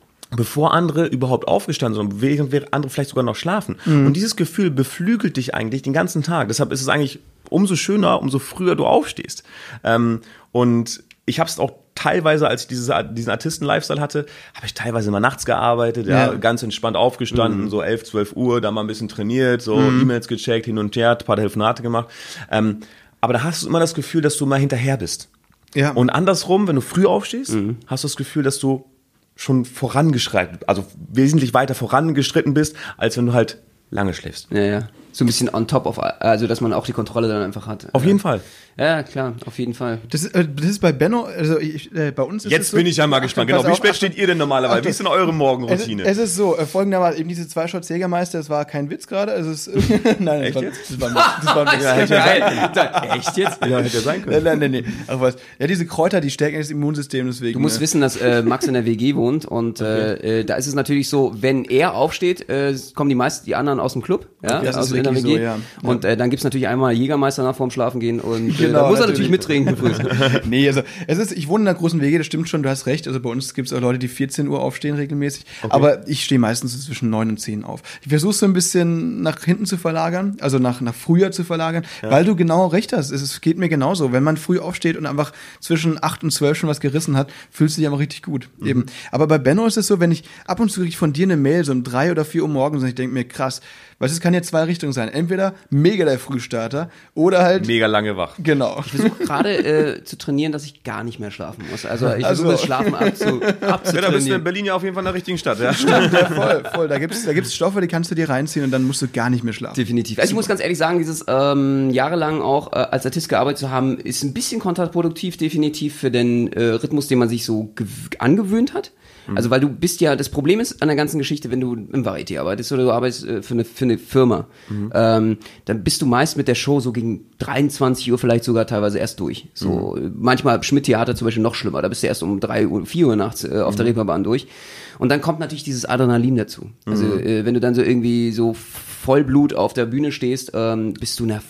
bevor andere überhaupt aufgestanden sind, während andere vielleicht sogar noch schlafen. Mhm. Und dieses Gefühl beflügelt dich eigentlich den ganzen Tag. Deshalb ist es eigentlich umso schöner, umso früher du aufstehst. Ähm, und ich habe es auch teilweise, als ich dieses, diesen Artisten-Lifestyle hatte, habe ich teilweise immer nachts gearbeitet, ja, ja ganz entspannt aufgestanden, mhm. so elf, zwölf Uhr, da mal ein bisschen trainiert, so mhm. E-Mails gecheckt, hin und her, ein paar Telefonate gemacht. Ähm, aber da hast du immer das Gefühl, dass du mal hinterher bist. Ja. Und andersrum, wenn du früh aufstehst, mhm. hast du das Gefühl, dass du schon vorangeschritten, also wesentlich weiter vorangeschritten bist, als wenn du halt lange schläfst.
Ja, ja. So ein bisschen on top of, also dass man auch die Kontrolle dann einfach hat.
Auf jeden Fall.
Ja, klar, auf jeden Fall.
Das ist, äh, das ist bei Benno, also ich, äh, bei uns ist
Jetzt
es so,
bin ich ja mal gespannt. Genau, wie spät steht ihr denn normalerweise? Wie ist denn eure Morgenroutine?
Es, es ist so, äh, folgendermaßen, eben diese zwei Shots Jägermeister, das war kein Witz gerade, also es ist, nein,
Echt
das war,
jetzt?
das war ein Witz. Das war ein Witz.
Ja, hätte ja sein können.
Echt jetzt?
Ja, hätte ja sein können.
Nein, nein, nein, nee. Ach was. Ja, diese Kräuter, die stärken das Immunsystem, deswegen.
Du musst
äh, wissen,
wissen, dass äh, Max in der W G wohnt und okay. äh, da ist es natürlich so, wenn er aufsteht, äh, kommen die meisten, die anderen aus dem Club, ja,
das
also
ist
in der W G.
So, ja.
Und äh, dann gibt's natürlich einmal Jägermeister nach vorm Schlafen gehen und äh,
Genau,
da muss er
natürlich.
natürlich mittrinken.
Nee, also es ist, ich wohne in einer großen W G, das stimmt schon, du hast recht. Also bei uns gibt es auch Leute, die vierzehn Uhr aufstehen regelmäßig. Okay. Aber ich stehe meistens so zwischen neun und zehn auf. Ich versuche so ein bisschen nach hinten zu verlagern, also nach, nach früher zu verlagern, ja. weil du genau recht hast. Es, es geht mir genauso. Wenn man früh aufsteht und einfach zwischen acht und zwölf schon was gerissen hat, fühlst du dich einfach richtig gut. Mhm. Eben. Aber bei Benno ist es so, wenn ich ab und zu kriege ich von dir eine Mail, so um drei oder vier Uhr morgens, und ich denke mir, krass, weil es kann jetzt zwei Richtungen sein. Entweder mega der Frühstarter oder halt
mega lange wach.
Genau.
Ich versuche gerade äh, zu trainieren, dass ich gar nicht mehr schlafen muss. Also ich versuche also. das Schlafen abzu, abzutrainieren.
Ja, da bist du in Berlin ja auf jeden Fall in der richtigen Stadt. Ja,
Stimmt, ja voll, voll. Da gibt's, da gibt's Stoffe, die kannst du dir reinziehen und dann musst du gar nicht mehr schlafen.
Definitiv. Also ich muss ganz ehrlich sagen, dieses ähm, jahrelang auch äh, als Artist gearbeitet zu haben, ist ein bisschen kontraproduktiv definitiv für den äh, Rhythmus, den man sich so gew- angewöhnt hat. Also weil du bist ja, das Problem ist an der ganzen Geschichte, wenn du im Varieté arbeitest oder du arbeitest äh, für, eine, für eine Firma, mhm. ähm, dann bist du meist mit der Show so gegen dreiundzwanzig Uhr vielleicht sogar teilweise erst durch. So mhm. manchmal Schmidt-Theater zum Beispiel noch schlimmer, da bist du erst um drei Uhr, vier Uhr nachts äh, auf mhm. der Reeperbahn durch. Und dann kommt natürlich dieses Adrenalin dazu. Mhm. Also äh, wenn du dann so irgendwie so Vollblut auf der Bühne stehst, ähm, bist du nervös.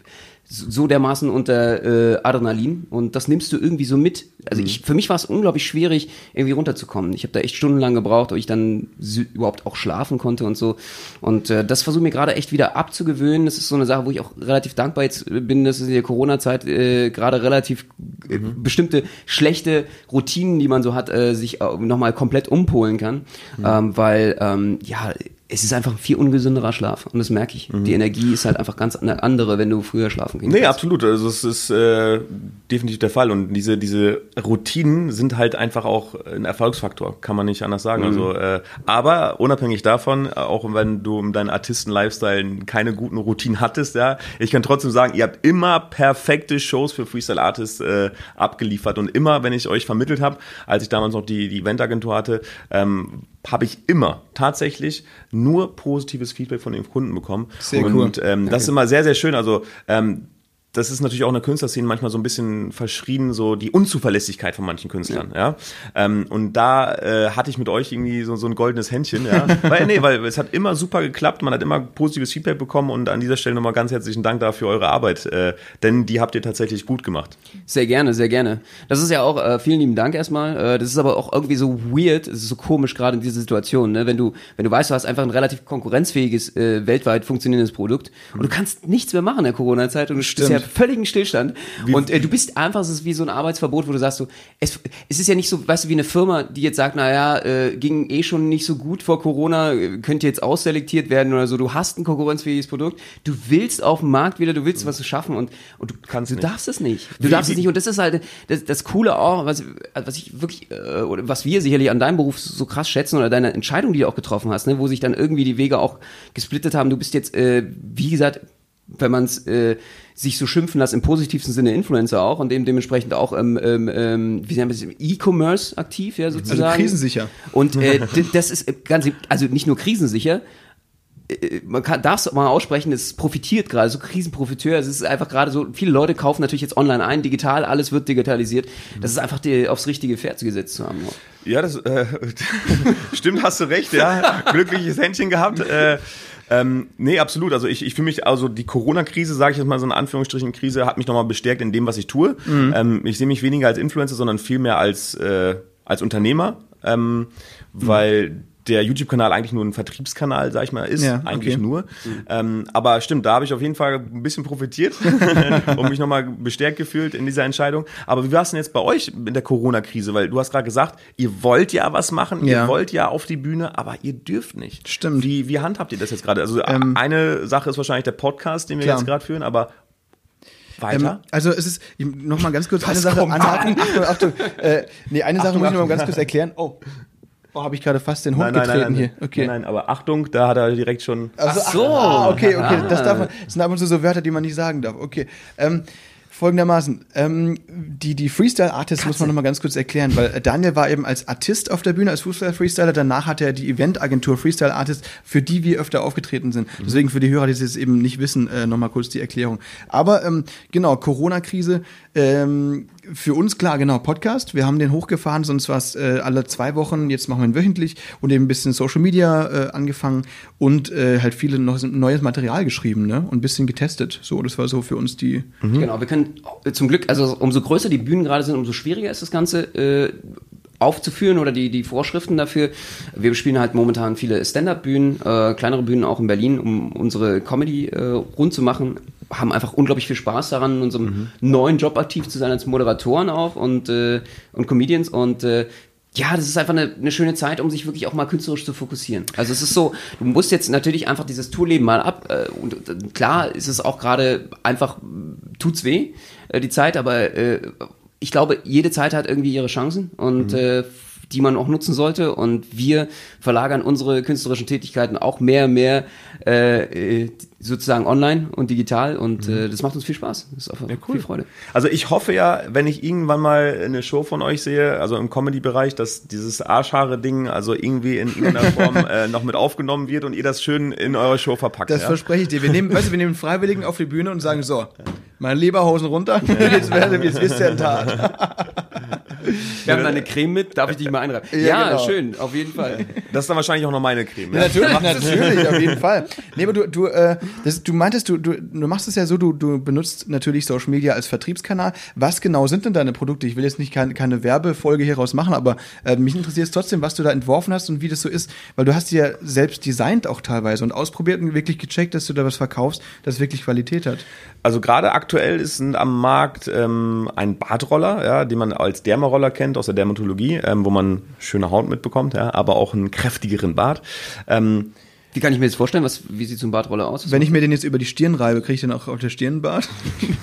So dermaßen unter äh, Adrenalin und das nimmst du irgendwie so mit. Also ich, für mich war es unglaublich schwierig, irgendwie runterzukommen. Ich habe da echt stundenlang gebraucht, ob ich dann s- überhaupt auch schlafen konnte und so. Und äh, das versuche ich mir gerade echt wieder abzugewöhnen. Das ist so eine Sache, wo ich auch relativ dankbar jetzt bin, dass es in der Corona-Zeit äh, gerade relativ äh, mhm. bestimmte schlechte Routinen, die man so hat, äh, sich äh, nochmal komplett umpolen kann. Mhm. Ähm, weil, ähm, ja, es ist einfach ein viel ungesünderer Schlaf und das merke ich. Mhm. Die Energie ist halt einfach ganz eine andere, wenn du früher schlafen gehen
Nee, kannst. Absolut. Also es ist äh, definitiv der Fall und diese, diese Routinen sind halt einfach auch ein Erfolgsfaktor, kann man nicht anders sagen. Mhm. Also, äh, aber unabhängig davon, auch wenn du in deinem Artisten-Lifestyle keine guten Routinen hattest, ja, ich kann trotzdem sagen, ihr habt immer perfekte Shows für Freestyle-Artists äh, abgeliefert und immer, wenn ich euch vermittelt habe, als ich damals noch die, die Eventagentur hatte, ähm, habe ich immer tatsächlich nur positives Feedback von den Kunden bekommen.
Sehr
und
cool.
ähm, das ist immer sehr, sehr schön. Also ähm, das ist natürlich auch in der Künstlerszene manchmal so ein bisschen verschrien, so die Unzuverlässigkeit von manchen Künstlern, ja. ja? Ähm, und da äh, hatte ich mit euch irgendwie so, so ein goldenes Händchen, ja. weil, nee, weil es hat immer super geklappt, man hat immer positives Feedback bekommen und an dieser Stelle nochmal ganz herzlichen Dank dafür eure Arbeit, äh, denn die habt ihr tatsächlich gut gemacht.
Sehr gerne, sehr gerne. Das ist ja auch, äh, vielen lieben Dank erstmal, äh, das ist aber auch irgendwie so weird, es ist so komisch gerade in dieser Situation, ne? wenn du wenn du weißt, du hast einfach ein relativ konkurrenzfähigiges, äh, weltweit funktionierendes Produkt und du kannst nichts mehr machen in der Corona-Zeit und du bist ja völligen Stillstand. Wie, und äh, du bist einfach, es ist wie so ein Arbeitsverbot, wo du sagst so, es, es ist ja nicht so, weißt du, wie eine Firma, die jetzt sagt, naja, äh, ging eh schon nicht so gut vor Corona, könnte jetzt ausselektiert werden oder so. Du hast ein konkurrenzfähiges Produkt, du willst auf dem Markt wieder, du willst was schaffen und, und du kannst, du nicht. darfst es nicht. Du wie, darfst wie, es nicht und das ist halt das, das Coole auch, was, was ich wirklich, äh, oder was wir sicherlich an deinem Beruf so krass schätzen oder deine Entscheidung, die du auch getroffen hast, ne, wo sich dann irgendwie die Wege auch gesplittet haben. Du bist jetzt, äh, wie gesagt, wenn man es äh, sich so schimpfen lässt, im positivsten Sinne Influencer auch und eben dementsprechend auch ähm, ähm, wie sagen wir es, im E-Commerce aktiv, ja, sozusagen.
Also krisensicher.
Und äh, d- das ist ganz, also nicht nur krisensicher, äh, man kann, darf es mal aussprechen, es profitiert gerade, so Krisenprofiteur, es ist einfach gerade so, viele Leute kaufen natürlich jetzt online ein, digital, alles wird digitalisiert, das ist einfach die, aufs richtige Pferd gesetzt zu haben.
Ja, das äh, stimmt, hast du recht, ja, glückliches Händchen gehabt, äh, Ähm, nee, absolut. Also ich, ich fühle mich, also die Corona-Krise, sage ich jetzt mal so in Anführungsstrichen Krise, hat mich nochmal bestärkt in dem, was ich tue. Mhm. Ähm, ich sehe mich weniger als Influencer, sondern vielmehr als, äh, als Unternehmer, ähm, mhm. weil der YouTube-Kanal eigentlich nur ein Vertriebskanal, sag ich mal, ist. Ja, eigentlich okay. nur. Mhm. Ähm, aber stimmt, da habe ich auf jeden Fall ein bisschen profitiert und mich nochmal bestärkt gefühlt in dieser Entscheidung. Aber wie war es denn jetzt bei euch in der Corona-Krise? Weil du hast gerade gesagt, ihr wollt ja was machen, ja. ihr wollt ja auf die Bühne, aber ihr dürft nicht.
Stimmt.
Wie, wie handhabt ihr das jetzt gerade? Also ähm, eine Sache ist wahrscheinlich der Podcast, den wir klar. jetzt gerade führen, aber weiter?
Ähm, also es ist, noch mal ganz kurz eine Sache anhaken. Achtung, Achtung. Äh, nee, eine Sache Achtung, muss ich noch mal ganz kurz erklären. Oh. Oh, habe ich gerade fast den Hund nein, nein, getreten
nein, nein,
hier. Okay.
Nein, nein, aber Achtung, da hat er direkt schon...
Also, ach so. Ah, okay, okay, ah. das darf man, das sind ab und zu so Wörter, die man nicht sagen darf. Okay, ähm, folgendermaßen, ähm, die, die Freestyle-Artists muss man noch mal ganz kurz erklären, weil Daniel war eben als Artist auf der Bühne, als Fußball-Freestyler, danach hatte er die Eventagentur Freestyle-Artists, für die wir öfter aufgetreten sind. Mhm. Deswegen für die Hörer, die es jetzt eben nicht wissen, äh, noch mal kurz die Erklärung. Aber ähm, genau, Corona-Krise, ähm, für uns klar, genau, Podcast. Wir haben den hochgefahren, sonst war es äh, alle zwei Wochen, jetzt machen wir ihn wöchentlich und eben ein bisschen Social Media äh, angefangen und äh, halt viele neues, neues Material geschrieben, ne? Und ein bisschen getestet. So, das war so für uns die...
Mhm. Genau, wir können zum Glück, also umso größer die Bühnen gerade sind, umso schwieriger ist das Ganze äh, aufzuführen oder die, die Vorschriften dafür. Wir spielen halt momentan viele Stand-Up-Bühnen, äh, kleinere Bühnen auch in Berlin, um unsere Comedy äh, rund zu machen. Haben einfach unglaublich viel Spaß daran, in unserem mhm. neuen Job aktiv zu sein als Moderatoren auch und, äh, und Comedians und äh, ja, das ist einfach eine, eine schöne Zeit, um sich wirklich auch mal künstlerisch zu fokussieren. Also es ist so, du musst jetzt natürlich einfach dieses Tourleben mal ab äh, und äh, klar ist es auch gerade einfach, tut's weh, äh, die Zeit, aber äh, ich glaube, jede Zeit hat irgendwie ihre Chancen und mhm. äh, die man auch nutzen sollte und wir verlagern unsere künstlerischen Tätigkeiten auch mehr und mehr äh, sozusagen online und digital und mhm. äh, das macht uns viel Spaß. Das ist einfach ja, cool. viel Freude.
Also ich hoffe ja, wenn ich irgendwann mal eine Show von euch sehe, also im Comedy-Bereich, dass dieses Arschhaare-Ding also irgendwie in irgendeiner Form äh, noch mit aufgenommen wird und ihr das schön in eure Show verpackt.
Das ja? verspreche ich dir. Wir nehmen, weißt du, wir nehmen Freiwilligen auf die Bühne und sagen so, meine Leberhosen runter, jetzt, werden, jetzt wisst ihr ein Tag.
Wir haben da eine Creme mit, darf ich dich mal einreiben? Ja, ja genau. Schön, auf jeden Fall.
Das ist dann wahrscheinlich auch noch meine Creme.
Ja, natürlich, natürlich, auf jeden Fall. Nee, aber du, du, äh, das, du meintest, du, du, du machst es ja so, du, du benutzt natürlich Social Media als Vertriebskanal. Was genau sind denn deine Produkte? Ich will jetzt nicht keine, keine Werbefolge hieraus machen, aber äh, mich interessiert es trotzdem, was du da entworfen hast und wie das so ist, weil du hast die ja selbst designt auch teilweise und ausprobiert und wirklich gecheckt, dass du da was verkaufst, das wirklich Qualität hat.
Also gerade aktuell ist am Markt ähm, ein Bartroller, ja, den man als Dermaroller kennt aus der Dermatologie, ähm, wo man schöne Haut mitbekommt, ja, aber auch einen kräftigeren Bart. Ähm,
Wie kann ich mir das vorstellen? Was, wie sieht so ein Bartroller aus?
Wenn ich mir den jetzt über die Stirn reibe, kriege ich dann auch auf der Stirn einen Bart?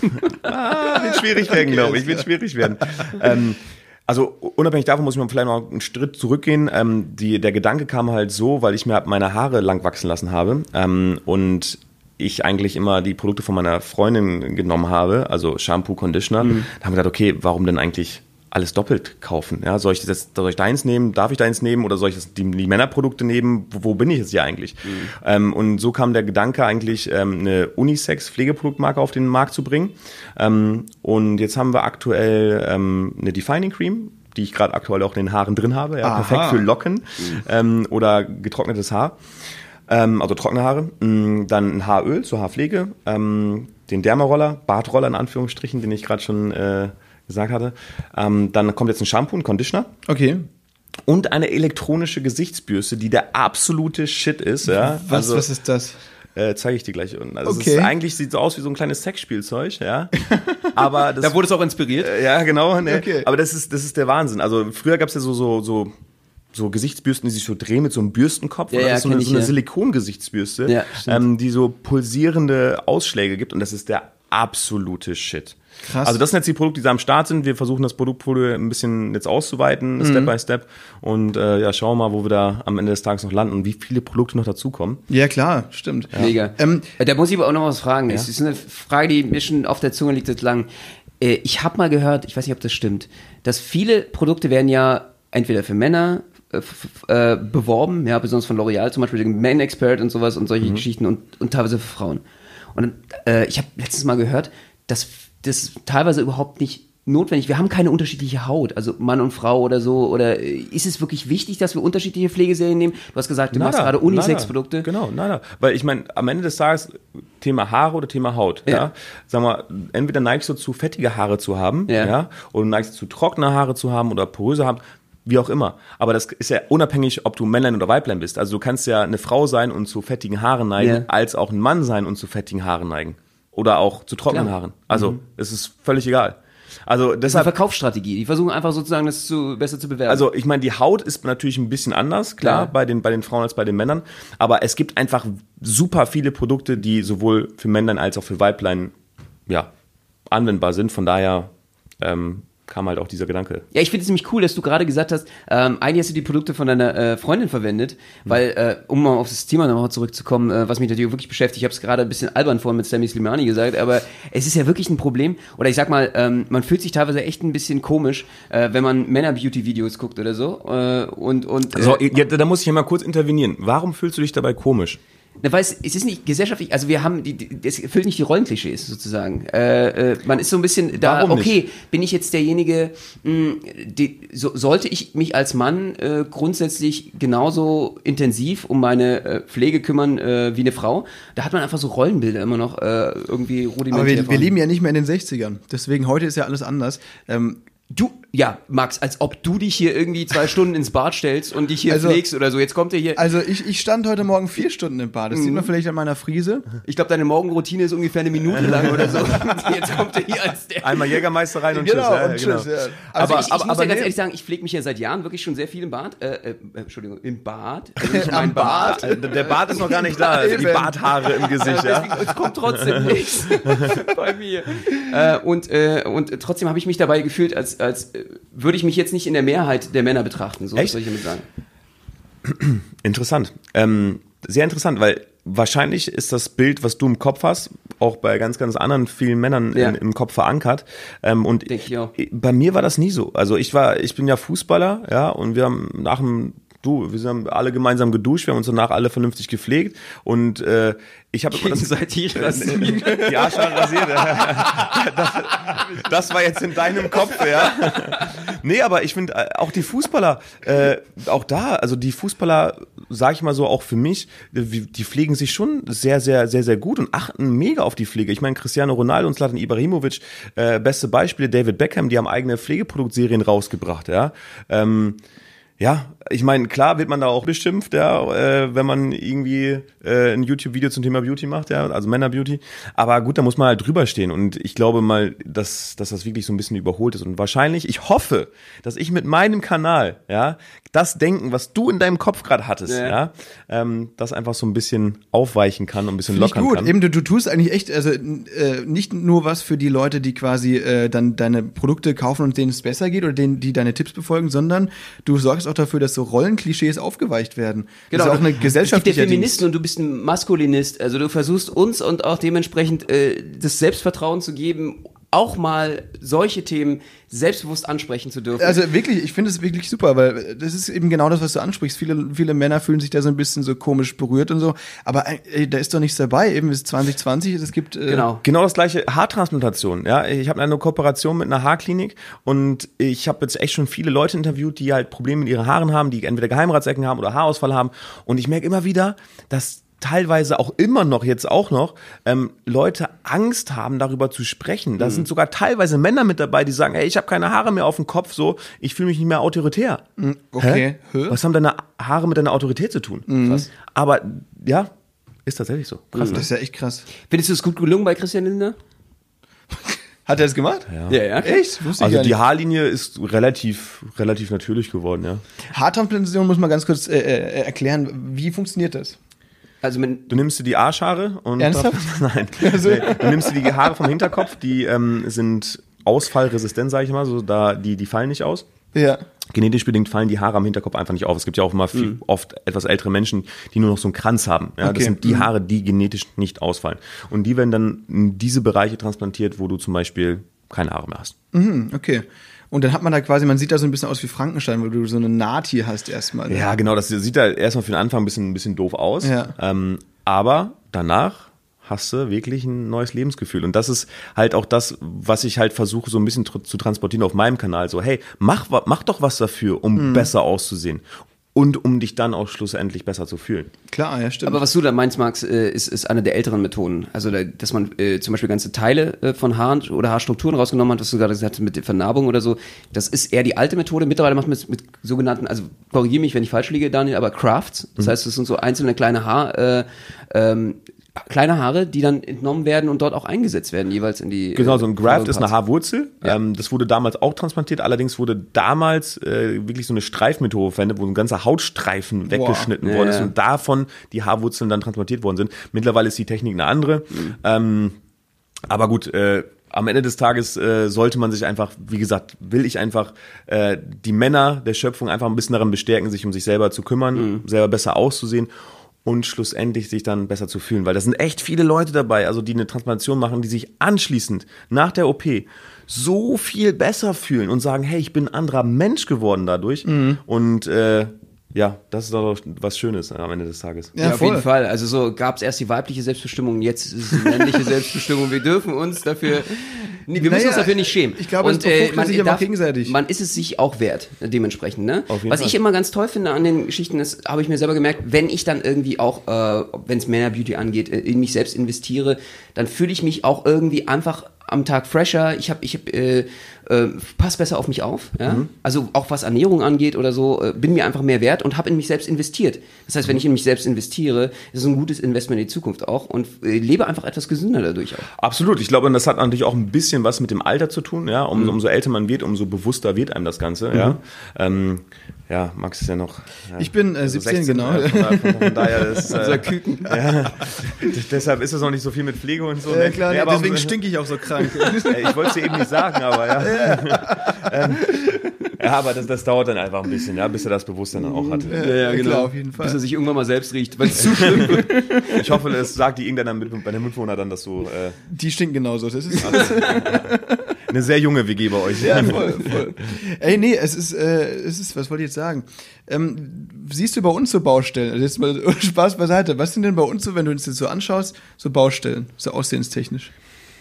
ah, wird schwierig werden, glaube ich. Wird schwierig werden. ähm, also unabhängig davon muss ich mal vielleicht noch einen Schritt zurückgehen. Ähm, die, der Gedanke kam halt so, weil ich mir meine Haare lang wachsen lassen habe ähm, und ich eigentlich immer die Produkte von meiner Freundin genommen habe, also Shampoo, Conditioner. Mhm. Da haben wir gedacht, okay, warum denn eigentlich alles doppelt kaufen? Ja, soll ich das jetzt, soll ich deins nehmen? Darf ich deins nehmen? Oder soll ich das, die, die Männerprodukte nehmen? Wo, wo bin ich jetzt hier eigentlich? Mhm. Ähm, und so kam der Gedanke eigentlich, ähm, eine Unisex-Pflegeproduktmarke auf den Markt zu bringen. Ähm, und jetzt haben wir aktuell ähm, eine Defining Cream, die ich gerade aktuell auch in den Haaren drin habe. Ja, perfekt für Locken mhm. ähm, oder getrocknetes Haar. Ähm, also trockene Haare. Dann ein Haaröl zur Haarpflege. Ähm, den Dermaroller, Bartroller in Anführungsstrichen, den ich gerade schon äh, gesagt hatte. Ähm, dann kommt jetzt ein Shampoo, ein Conditioner.
Okay.
Und eine elektronische Gesichtsbürste, die der absolute Shit ist. Ja?
Was, also, was ist das?
Äh, zeige ich dir gleich unten. Also
okay.
es ist, eigentlich sieht so aus wie so ein kleines Sexspielzeug, ja. Aber das,
da wurde es auch inspiriert.
Äh, ja, genau. Ne?
Okay.
Aber das ist, das ist der Wahnsinn. Also früher gab es ja so, so, so so Gesichtsbürsten, die sich so drehen mit so einem Bürstenkopf.
Ja,
und das
ja,
ist so eine,
ich,
so eine
ja.
Silikon-Gesichtsbürste,
ja,
ähm, die so pulsierende Ausschläge gibt. Und das ist der absolute Shit.
Krass.
Also das sind jetzt die Produkte, die da am Start sind. Wir versuchen das Produktportfolio ein bisschen jetzt auszuweiten, mhm. Step by Step. Und äh, ja, schauen wir mal, wo wir da am Ende des Tages noch landen und wie viele Produkte noch dazukommen.
Ja, klar, stimmt.
Ja. Mega. Ähm, da muss ich aber auch noch was fragen. Es ja? ist eine Frage, die mir schon auf der Zunge liegt seit langem. Äh, ich habe mal gehört, ich weiß nicht, ob das stimmt, dass viele Produkte werden ja entweder für Männer äh, f- äh, beworben, ja, besonders von L'Oreal zum Beispiel, den Man Expert und sowas und solche mhm. Geschichten und, und teilweise für Frauen. Und äh, ich habe letztens mal gehört, dass das teilweise überhaupt nicht notwendig. Wir haben keine unterschiedliche Haut, also Mann und Frau oder so. Oder ist es wirklich wichtig, dass wir unterschiedliche Pflegeserien nehmen? Du hast gesagt, du nada, machst gerade Unisex-Produkte.
Genau, nada. Weil ich meine, am Ende des Tages Thema Haare oder Thema Haut. Ja. Ja? Sag mal, entweder neigst du zu fettige Haare zu haben, ja, ja oder neigst du zu trockene Haare zu haben oder poröse haben. Wie auch immer. Aber das ist ja unabhängig, ob du Männlein oder Weiblein bist. Also du kannst ja eine Frau sein und zu fettigen Haaren neigen, ja, als auch ein Mann sein und zu fettigen Haaren neigen. Oder auch zu trockenen Klar. Haaren. Also mhm. es ist völlig egal. Also deshalb,
das ist eine Verkaufsstrategie. Die versuchen einfach sozusagen, das zu, besser zu bewerben.
Also ich meine, die Haut ist natürlich ein bisschen anders, klar,
ja.
bei den, bei den Frauen als bei den Männern. Aber es gibt einfach super viele Produkte, die sowohl für Männlein als auch für Weiblein ja, anwendbar sind. Von daher ähm, kam halt auch dieser Gedanke.
Ja, ich finde es nämlich cool, dass du gerade gesagt hast, ähm, eigentlich hast du die Produkte von deiner äh, Freundin verwendet, mhm. weil, äh, um mal auf das Thema nochmal zurückzukommen, äh, was mich natürlich wirklich beschäftigt, ich habe es gerade ein bisschen albern vorhin mit Sammy Slimani gesagt, aber es ist ja wirklich ein Problem, oder ich sag mal, ähm, man fühlt sich teilweise echt ein bisschen komisch, äh, wenn man Männer-Beauty-Videos guckt oder so, äh, und, und äh,
so, ja, da muss ich ja mal kurz intervenieren. Warum fühlst du dich dabei komisch?
Na, weil es, es ist nicht gesellschaftlich, also wir haben, die, die, es erfüllt nicht die Rollenklischees sozusagen. Äh, äh, man ist so ein bisschen da,
Warum
okay,
nicht?
Bin ich jetzt derjenige, mh, die, so, sollte ich mich als Mann äh, grundsätzlich genauso intensiv um meine äh, Pflege kümmern äh, wie eine Frau? Da hat man einfach so Rollenbilder immer noch äh, irgendwie rudimentär.
Aber wir, wir leben ja nicht mehr in den sechzigern, deswegen heute ist ja alles anders. Ähm,
Du, ja, Max, als ob du dich hier irgendwie zwei Stunden ins Bad stellst und dich hier
also,
pflegst oder so. Jetzt kommt er hier.
Also ich, ich stand heute Morgen vier Stunden im Bad. Das mhm. sieht man vielleicht an meiner Frise.
Ich glaube, deine Morgenroutine ist ungefähr eine Minute lang oder so. Jetzt kommt er hier als der.
Einmal Jägermeister rein und
genau,
tschüss. Ja,
und
genau.
tschüss ja.
Also aber, ich, ich
aber,
muss
aber
ja ganz
nee.
ehrlich sagen, ich pflege mich ja seit Jahren wirklich schon sehr viel im Bad. Äh, äh, Entschuldigung, im Bad. Also nicht
Am Bad.
Bad. Der Bart ist noch gar nicht da. Die Barthaare im Gesicht. Ja.
Deswegen, es kommt trotzdem nichts bei mir. Äh, und, äh, und trotzdem habe ich mich dabei gefühlt, als, als äh, würde ich mich jetzt nicht in der Mehrheit der Männer betrachten. So
Echt?
soll ich damit sagen.
Interessant. Ähm, sehr interessant, weil wahrscheinlich ist das Bild, was du im Kopf hast, auch bei ganz, ganz anderen vielen Männern
ja.
in, im Kopf verankert. Ähm, und
Denk ich auch.
Bei mir war das nie so. Also ich war, ich bin ja Fußballer, ja, und wir haben nach dem Du, wir haben alle gemeinsam geduscht, wir haben uns danach alle vernünftig gepflegt und äh, ich habe immer das
gegenseitig rasiert.
Die Arschhaare rasiert. das, das war jetzt in deinem Kopf, ja. Nee, aber ich finde auch die Fußballer, äh, auch da, also die Fußballer, sag ich mal so, auch für mich, die pflegen sich schon sehr, sehr, sehr, sehr gut und achten mega auf die Pflege. Ich meine, Cristiano Ronaldo und Zlatan Ibrahimovic, äh, beste Beispiele, David Beckham, die haben eigene Pflegeproduktserien rausgebracht, ja. Ähm, Ja, ich meine, klar wird man da auch beschimpft, ja, äh, wenn man irgendwie äh, ein YouTube-Video zum Thema Beauty macht, ja, also Männer-Beauty. Aber gut, da muss man halt drüber stehen. Und ich glaube mal, dass, dass das wirklich so ein bisschen überholt ist. Und wahrscheinlich, ich hoffe, dass ich mit meinem Kanal, ja, das Denken, was du in deinem Kopf gerade hattest, ja, ja ähm, das einfach so ein bisschen aufweichen kann und ein bisschen
Find
lockern
ich gut.
kann.
Eben, du, du tust eigentlich echt, also äh, nicht nur was für die Leute, die quasi äh, dann deine Produkte kaufen und denen es besser geht oder denen, die deine Tipps befolgen, sondern du sorgst auch dafür, dass so Rollenklischees aufgeweicht werden.
Genau,
das ist auch eine gesellschaftliche
Es gibt ja Feministen und du bist ein Maskulinist. Also du versuchst uns und auch dementsprechend äh, das Selbstvertrauen zu geben, auch mal solche Themen selbstbewusst ansprechen zu dürfen.
Also wirklich, ich finde es wirklich super, weil das ist eben genau das, was du ansprichst. Viele, viele Männer fühlen sich da so ein bisschen so komisch berührt und so. Aber ey, da ist doch nichts dabei. Eben ist zwanzig zwanzig, es gibt äh
genau.
Genau das gleiche, Haartransplantation. Ja, ich habe eine Kooperation mit einer Haarklinik und ich habe jetzt echt schon viele Leute interviewt, die halt Probleme mit ihren Haaren haben, die entweder Geheimratsecken haben oder Haarausfall haben. Und ich merke immer wieder, dass teilweise auch immer noch, jetzt auch noch, ähm, Leute Angst haben, darüber zu sprechen. Da mhm. sind sogar teilweise Männer mit dabei, die sagen, ey, ich habe keine Haare mehr auf dem Kopf, so, ich fühle mich nicht mehr autoritär.
Mhm. Okay.
Hä? Was haben deine Haare mit deiner Autorität zu tun?
Mhm.
Krass. Aber, ja, ist tatsächlich so.
Krass, mhm. Das ist ja echt krass.
Findest du es gut gelungen bei Christian Lindner?
Hat er das gemacht?
Ja,
ja. ja.
Echt? Wusste
also
ich
die Haarlinie ist relativ, relativ natürlich geworden, ja.
Haartransplantation muss man ganz kurz äh, äh, erklären. Wie funktioniert das?
Also wenn
du nimmst dir die Arschhaare und
Ernsthaft?
nein, also, nee, du nimmst dir die Haare vom Hinterkopf, die ähm, sind ausfallresistent, sage ich mal, so da die die fallen nicht aus.
Ja.
Genetisch bedingt fallen die Haare am Hinterkopf einfach nicht auf. Es gibt ja auch immer viel, mhm. oft etwas ältere Menschen, die nur noch so einen Kranz haben. Ja, okay. Das sind die Haare, die genetisch nicht ausfallen. Und die werden dann in diese Bereiche transplantiert, wo du zum Beispiel keine Haare mehr hast.
Mhm, okay. Und dann hat man da quasi, man sieht da so ein bisschen aus wie Frankenstein, weil du so eine Naht hier hast erstmal.
Ja, genau, das sieht da erstmal für den Anfang ein bisschen, ein bisschen doof aus.
Ja.
Ähm, aber danach hast du wirklich ein neues Lebensgefühl. Und das ist halt auch das, was ich halt versuche, so ein bisschen tr- zu transportieren auf meinem Kanal. So, hey, mach, mach doch was dafür, um mhm. besser auszusehen. Und um dich dann auch schlussendlich besser zu fühlen.
Klar, ja, stimmt.
Aber was du da meinst, Max, äh, ist, ist eine der älteren Methoden. Also, da, dass man äh, zum Beispiel ganze Teile äh, von Haaren oder Haarstrukturen rausgenommen hat, was du gerade gesagt hast, mit der Vernarbung oder so. Das ist eher die alte Methode. Mittlerweile macht man es mit sogenannten, also korrigiere mich, wenn ich falsch liege, Daniel, aber Crafts. Das mhm. heißt, das sind so einzelne kleine Haar, äh, ähm, kleine Haare, die dann entnommen werden und dort auch eingesetzt werden, jeweils in die...
Genau, so ein Graft ist eine Haarwurzel. Ja. Ähm, das wurde damals auch transplantiert, allerdings wurde damals äh, wirklich so eine Streifmethode verwendet, wo ein ganzer Hautstreifen weggeschnitten
wow.
worden
ja,
ist
ja.
und davon die Haarwurzeln dann transplantiert worden sind. Mittlerweile ist die Technik eine andere. Mhm. Ähm, aber gut, äh, am Ende des Tages äh, sollte man sich einfach, wie gesagt, will ich einfach äh, die Männer der Schöpfung einfach ein bisschen daran bestärken, sich um sich selber zu kümmern, mhm. selber besser auszusehen und schlussendlich sich dann besser zu fühlen. Weil da sind echt viele Leute dabei, also die eine Transplantation machen, die sich anschließend nach der O P so viel besser fühlen und sagen, hey, ich bin ein anderer Mensch geworden dadurch. Mhm. Und äh, ja, das ist doch was Schönes am Ende des Tages.
Ja, ja auf jeden Fall. Also so gab es erst die weibliche Selbstbestimmung, jetzt ist es die männliche Selbstbestimmung. Wir dürfen uns dafür, nee, wir müssen naja, uns dafür nicht schämen.
Ich glaube,
und,
das
äh, man
sich aber auch gegenseitig.
Man ist es sich auch wert, dementsprechend. Ne?
Auf jeden
Was
Fall.
ich immer ganz toll finde an den Geschichten, das habe ich mir selber gemerkt, wenn ich dann irgendwie auch, äh, wenn es Männer-Beauty angeht, in mich selbst investiere, dann fühle ich mich auch irgendwie einfach am Tag fresher, ich habe, ich hab, äh, äh, pass besser auf mich auf, ja? Mhm. Also auch was Ernährung angeht oder so, äh, bin mir einfach mehr wert und habe in mich selbst investiert. Das heißt, wenn ich in mich selbst investiere, ist es ein gutes Investment in die Zukunft auch und äh, lebe einfach etwas gesünder dadurch auch.
Absolut, ich glaube, das hat natürlich auch ein bisschen was mit dem Alter zu tun, ja, um, mhm. umso älter man wird, umso bewusster wird einem das Ganze, mhm. ja. Ähm, ja, Max ist ja noch... Ja,
ich bin äh, siebzehn,
sechzehn,
genau.
Ja, von, daher, von, von daher ist... Äh,
Unser Küken.
Ja, deshalb ist es noch nicht so viel mit Pflege und so.
Ja,
ne?
klar,
nee,
aber deswegen stinke ich auch so krank.
Ich wollte es dir eben nicht sagen, aber ja. Ja, ähm, ja aber das, das dauert dann einfach ein bisschen, ja, bis er das Bewusstsein dann auch hat.
Ja, ja, genau.
Klar, auf jeden Fall.
Bis er sich irgendwann mal selbst riecht, wenn es zu schlimm wird.
Ich hoffe, das sagt die irgendeiner mit, bei den Mitwohner dann, dass du... Äh,
die stinken genauso, das ist...
Eine sehr junge W G bei euch.
Ja, voll, voll. Ey, nee, es ist, äh, es ist, was wollte ich jetzt sagen? Ähm, siehst du bei uns so Baustellen? Also jetzt mal Spaß beiseite. Was sind denn bei uns so, wenn du uns jetzt so anschaust, so Baustellen, so aussehenstechnisch?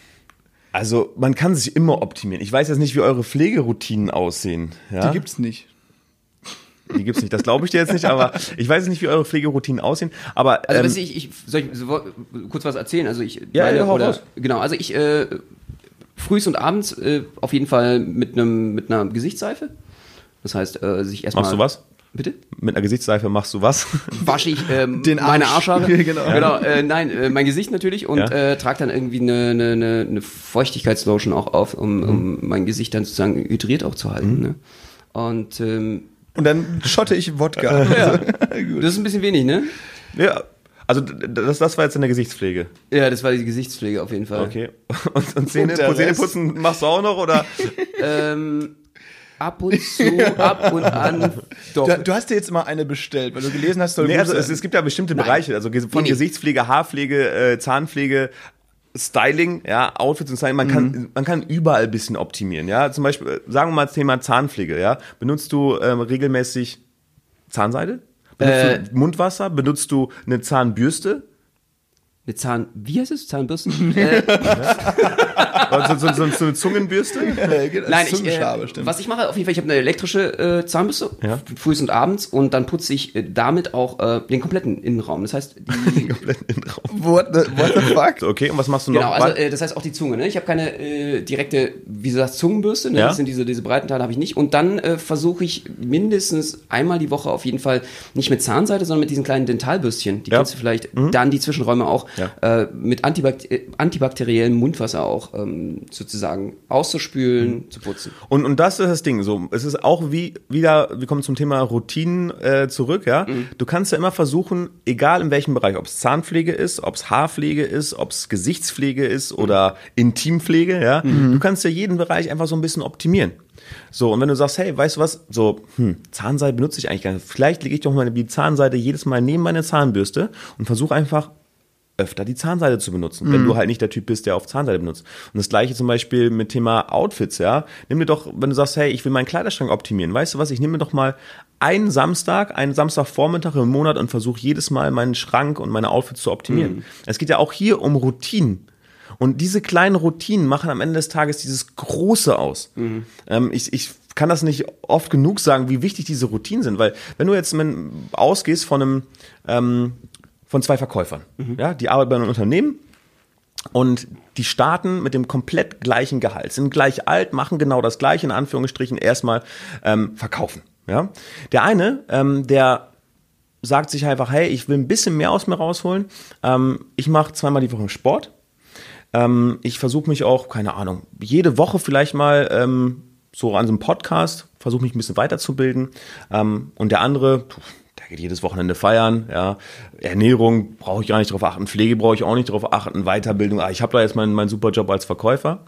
Also, man kann sich immer optimieren. Ich weiß jetzt nicht, wie eure Pflegeroutinen aussehen. Ja?
Die gibt's nicht.
Die gibt's nicht, das glaube ich dir jetzt nicht, aber ich weiß nicht, wie eure Pflegeroutinen aussehen. Aber
also,
ähm,
was ich, ich, soll ich so, kurz was erzählen? Also ich
ja,
meine,
ja, hau
oder,
raus.
Genau, also ich äh, frühs und abends äh, auf jeden Fall mit einem mit einer Gesichtsseife. Das heißt, äh, sich erstmal.
Machst du was?
Bitte?
Mit einer Gesichtsseife machst du was?
Wasche ich ähm,
Den Arsch.
meine Arschhaare.
Genau.
genau äh, nein, äh, mein Gesicht natürlich und
Ja.
äh, trage dann irgendwie eine, eine, eine, eine Feuchtigkeitslotion auch auf, um, um
Mhm.
mein Gesicht dann sozusagen hydriert auch zu halten. Ne? Und ähm,
Und dann schotte ich Wodka.
ja, das ist ein bisschen wenig, ne?
Ja, also d- das, das war jetzt in der Gesichtspflege.
Ja, das war die Gesichtspflege auf jeden Fall.
Okay. Und, und Zähne,
Und der
Zähneputzen machst du auch noch, oder?
Ähm, ab und zu, ab und an. Doch.
Du, du hast dir jetzt mal eine bestellt, weil du gelesen hast, soll
Nee,
gut
also
sein.
es, es gibt ja bestimmte Bereiche, also ge- von
Nee.
Gesichtspflege, Haarpflege, äh, Zahnpflege, Styling, ja, Outfits und Styling, man kann, man kann überall ein bisschen optimieren, ja. Zum Beispiel, äh, sagen wir mal das Thema Zahnpflege, ja. Benutzt du ähm, regelmäßig Zahnseide? Benutzt
Äh.
du Mundwasser? Benutzt du eine Zahnbürste?
Eine Zahn, wie heißt es? Zahnbürsten? äh,
Also so, so, so eine Zungenbürste?
Äh, genau,
Nein, ich,
Zungenschabe,
äh,
stimmt.
was ich mache, auf jeden Fall, ich habe eine elektrische äh, Zahnbürste,
Ja.
früh und abends, und dann putze ich äh, damit auch äh, den kompletten Innenraum. Das heißt, die,
What the, what the fuck?
Okay, und was machst du noch?
genau, also äh, das heißt auch die Zunge. Ne? Ich habe keine äh, direkte, wie du sagst, Zungenbürste. Ne?
Ja.
Das sind diese diese breiten Teile habe ich nicht. Und dann äh, versuche ich mindestens einmal die Woche auf jeden Fall nicht mit Zahnseide, sondern mit diesen kleinen Dentalbürstchen. Die
Ja.
kennst du vielleicht. Dann die Zwischenräume auch
Ja.
äh, mit Antibakt äh, antibakteriellem Mundwasser auch ähm, sozusagen auszuspülen, zu putzen.
Und, und das ist das Ding, so, es ist auch wie, wieder, wir kommen zum Thema Routinen äh, zurück, ja.
Mhm.
Du kannst ja immer versuchen, egal in welchem Bereich, ob es Zahnpflege ist, ob es Haarpflege ist, ob es Gesichtspflege ist oder Intimpflege, ja. Du kannst ja jeden Bereich einfach so ein bisschen optimieren. So, und wenn du sagst, hey, weißt du was, so, hm, Zahnseide benutze ich eigentlich gar nicht. Vielleicht lege ich doch mal die Zahnseide jedes Mal neben meine Zahnbürste und versuche einfach öfter die Zahnseide zu benutzen, wenn du halt nicht der Typ bist, der auf Zahnseide benutzt. Und das gleiche zum Beispiel mit Thema Outfits, ja. Nimm dir doch, wenn du sagst, hey, ich will meinen Kleiderschrank optimieren, weißt du was, ich nehme mir doch mal einen Samstag, einen Samstagvormittag im Monat und versuche jedes Mal meinen Schrank und meine Outfits zu optimieren. Es geht ja auch hier um Routinen. Und diese kleinen Routinen machen am Ende des Tages dieses Große aus. Ähm, ich, ich kann das nicht oft genug sagen, wie wichtig diese Routinen sind, weil wenn du jetzt mit, ausgehst von einem, ähm, von zwei Verkäufern, ja, die arbeiten bei einem Unternehmen und die starten mit dem komplett gleichen Gehalt, sind gleich alt, machen genau das Gleiche, in Anführungsstrichen, erstmal ähm, verkaufen. Ja? Der eine, ähm, der sagt sich einfach, hey, ich will ein bisschen mehr aus mir rausholen, ähm, ich mache zweimal die Woche Sport, ähm, ich versuche mich auch, keine Ahnung, jede Woche vielleicht mal ähm, so an so einem Podcast, versuche mich ein bisschen weiterzubilden, ähm, und der andere, puh, der geht jedes Wochenende feiern, ja. Ernährung brauche ich gar nicht drauf achten, Pflege brauche ich auch nicht drauf achten, Weiterbildung, ah, ich habe da jetzt meinen, meinen super Job als Verkäufer.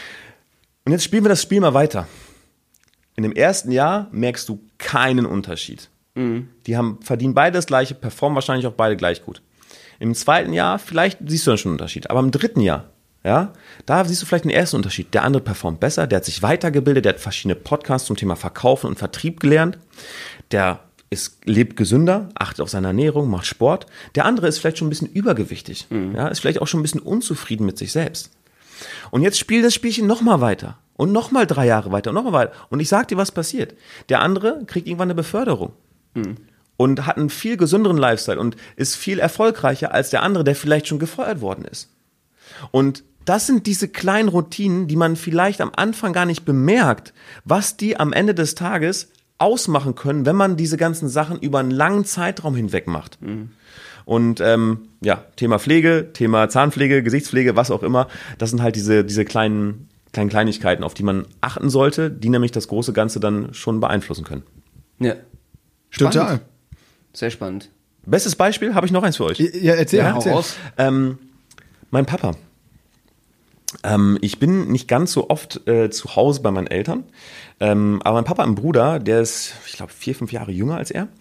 Und jetzt spielen wir das Spiel mal weiter. In dem ersten Jahr merkst du keinen Unterschied. Mhm. Die haben, verdienen beide das Gleiche, performen wahrscheinlich auch beide gleich gut. Im zweiten Jahr, vielleicht siehst du dann schon einen Unterschied, aber im dritten Jahr, ja, da siehst du vielleicht den ersten Unterschied. Der andere performt besser, der hat sich weitergebildet, der hat verschiedene Podcasts zum Thema Verkaufen und Vertrieb gelernt, der ist, lebt gesünder, achtet auf seine Ernährung, macht Sport. Der andere ist vielleicht schon ein bisschen übergewichtig, mhm. ja, ist vielleicht auch schon ein bisschen unzufrieden mit sich selbst. Und jetzt spielt das Spielchen nochmal weiter und nochmal drei Jahre weiter und nochmal weiter. Und ich sag dir, was passiert. Der andere kriegt irgendwann eine Beförderung mhm. und hat einen viel gesünderen Lifestyle und ist viel erfolgreicher als der andere, der vielleicht schon gefeuert worden ist. Und das sind diese kleinen Routinen, die man vielleicht am Anfang gar nicht bemerkt, was die am Ende des Tages ausmachen können, wenn man diese ganzen Sachen über einen langen Zeitraum hinweg macht. Mhm. Und ähm, ja, Thema Pflege, Thema Zahnpflege, Gesichtspflege, was auch immer, das sind halt diese, diese kleinen, kleinen Kleinigkeiten, auf die man achten sollte, die nämlich das große Ganze dann schon beeinflussen können.
Ja.
Spannend. Total.
Sehr spannend.
Bestes Beispiel, habe ich noch eins für euch.
Ja, erzähl,
Ja,
erzähl.
hau raus.
Ähm, mein Papa. Ähm, ich bin nicht ganz so oft äh, zu Hause bei meinen Eltern, ähm, aber mein Papa, ein Bruder, der ist, ich glaube, vier, fünf Jahre jünger als er.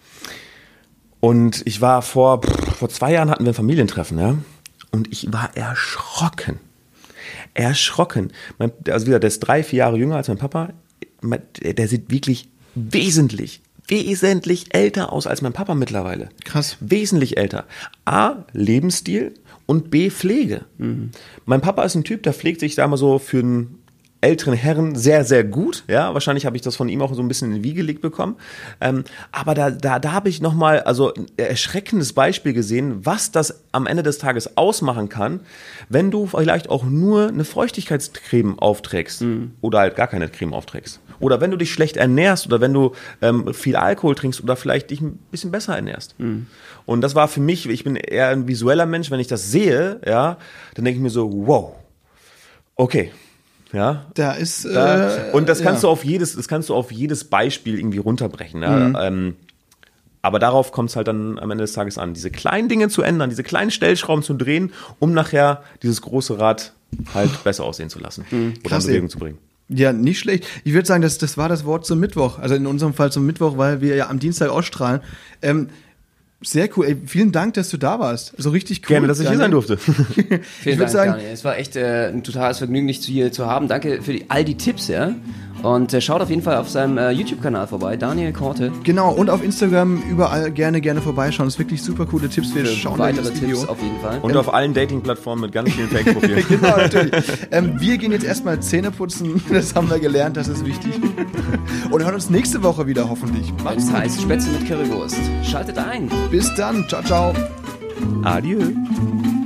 Und ich war vor, vor zwei Jahren hatten wir ein Familientreffen, ja, und ich war erschrocken. Erschrocken. Mein, also wieder, der ist drei, vier Jahre jünger als mein Papa. Der, der sieht wirklich wesentlich, wesentlich älter aus als mein Papa mittlerweile.
Krass.
Wesentlich älter. A, Lebensstil und B, Pflege. Mhm. Mein Papa ist ein Typ, der pflegt sich, sagen wir so, für einen älteren Herren sehr, sehr gut. Ja, wahrscheinlich habe ich das von ihm auch so ein bisschen in die Wiege gelegt bekommen. Ähm, aber da, da, da habe ich nochmal, also ein erschreckendes Beispiel gesehen, was das am Ende des Tages ausmachen kann, wenn du vielleicht auch nur eine Feuchtigkeitscreme aufträgst mhm. oder halt gar keine Creme aufträgst. Oder wenn du dich schlecht ernährst oder wenn du ähm, viel Alkohol trinkst oder vielleicht dich ein bisschen besser ernährst. Mhm. Und das war für mich, ich bin eher ein visueller Mensch, wenn ich das sehe, ja, dann denke ich mir so, wow, okay. Ja,
da ist äh,
da, und das kannst
ja.
du auf jedes, das kannst du auf jedes Beispiel irgendwie runterbrechen. Ja? Mhm. Ähm, aber darauf kommt es halt dann am Ende des Tages an, diese kleinen Dinge zu ändern, diese kleinen Stellschrauben zu drehen, um nachher dieses große Rad halt besser aussehen zu lassen mhm. oder in Bewegung zu bringen.
Ja, nicht schlecht. Ich würde sagen, das, das war das Wort zum Mittwoch. Also in unserem Fall zum Mittwoch, weil wir ja am Dienstag ausstrahlen. Ähm, Sehr cool. Ey, vielen Dank, dass du da warst. So richtig cool.
Gerne, dass ich
Daniel.
hier sein durfte.
Vielen Dank, sagen, Daniel. Es war echt äh, ein totales Vergnügen, dich hier zu haben. Danke für die, all die Tipps, ja. Und äh, schaut auf jeden Fall auf seinem äh, YouTube-Kanal vorbei, Daniel Korte.
Genau, und auf Instagram überall gerne, gerne vorbeischauen. Das ist wirklich super coole Tipps. Wir
für
schauen
weitere
das Video.
Tipps auf jeden Fall.
Und ähm, auf allen Dating-Plattformen mit ganz vielen Fake-Profilen.
Genau, natürlich. ähm, wir gehen jetzt erstmal Zähne putzen. Das haben wir gelernt, das ist wichtig. Und hören uns nächste Woche wieder, hoffentlich.
Das heißt Spätzle mit Currywurst. Schaltet ein.
Bis dann. Ciao, ciao.
Adieu.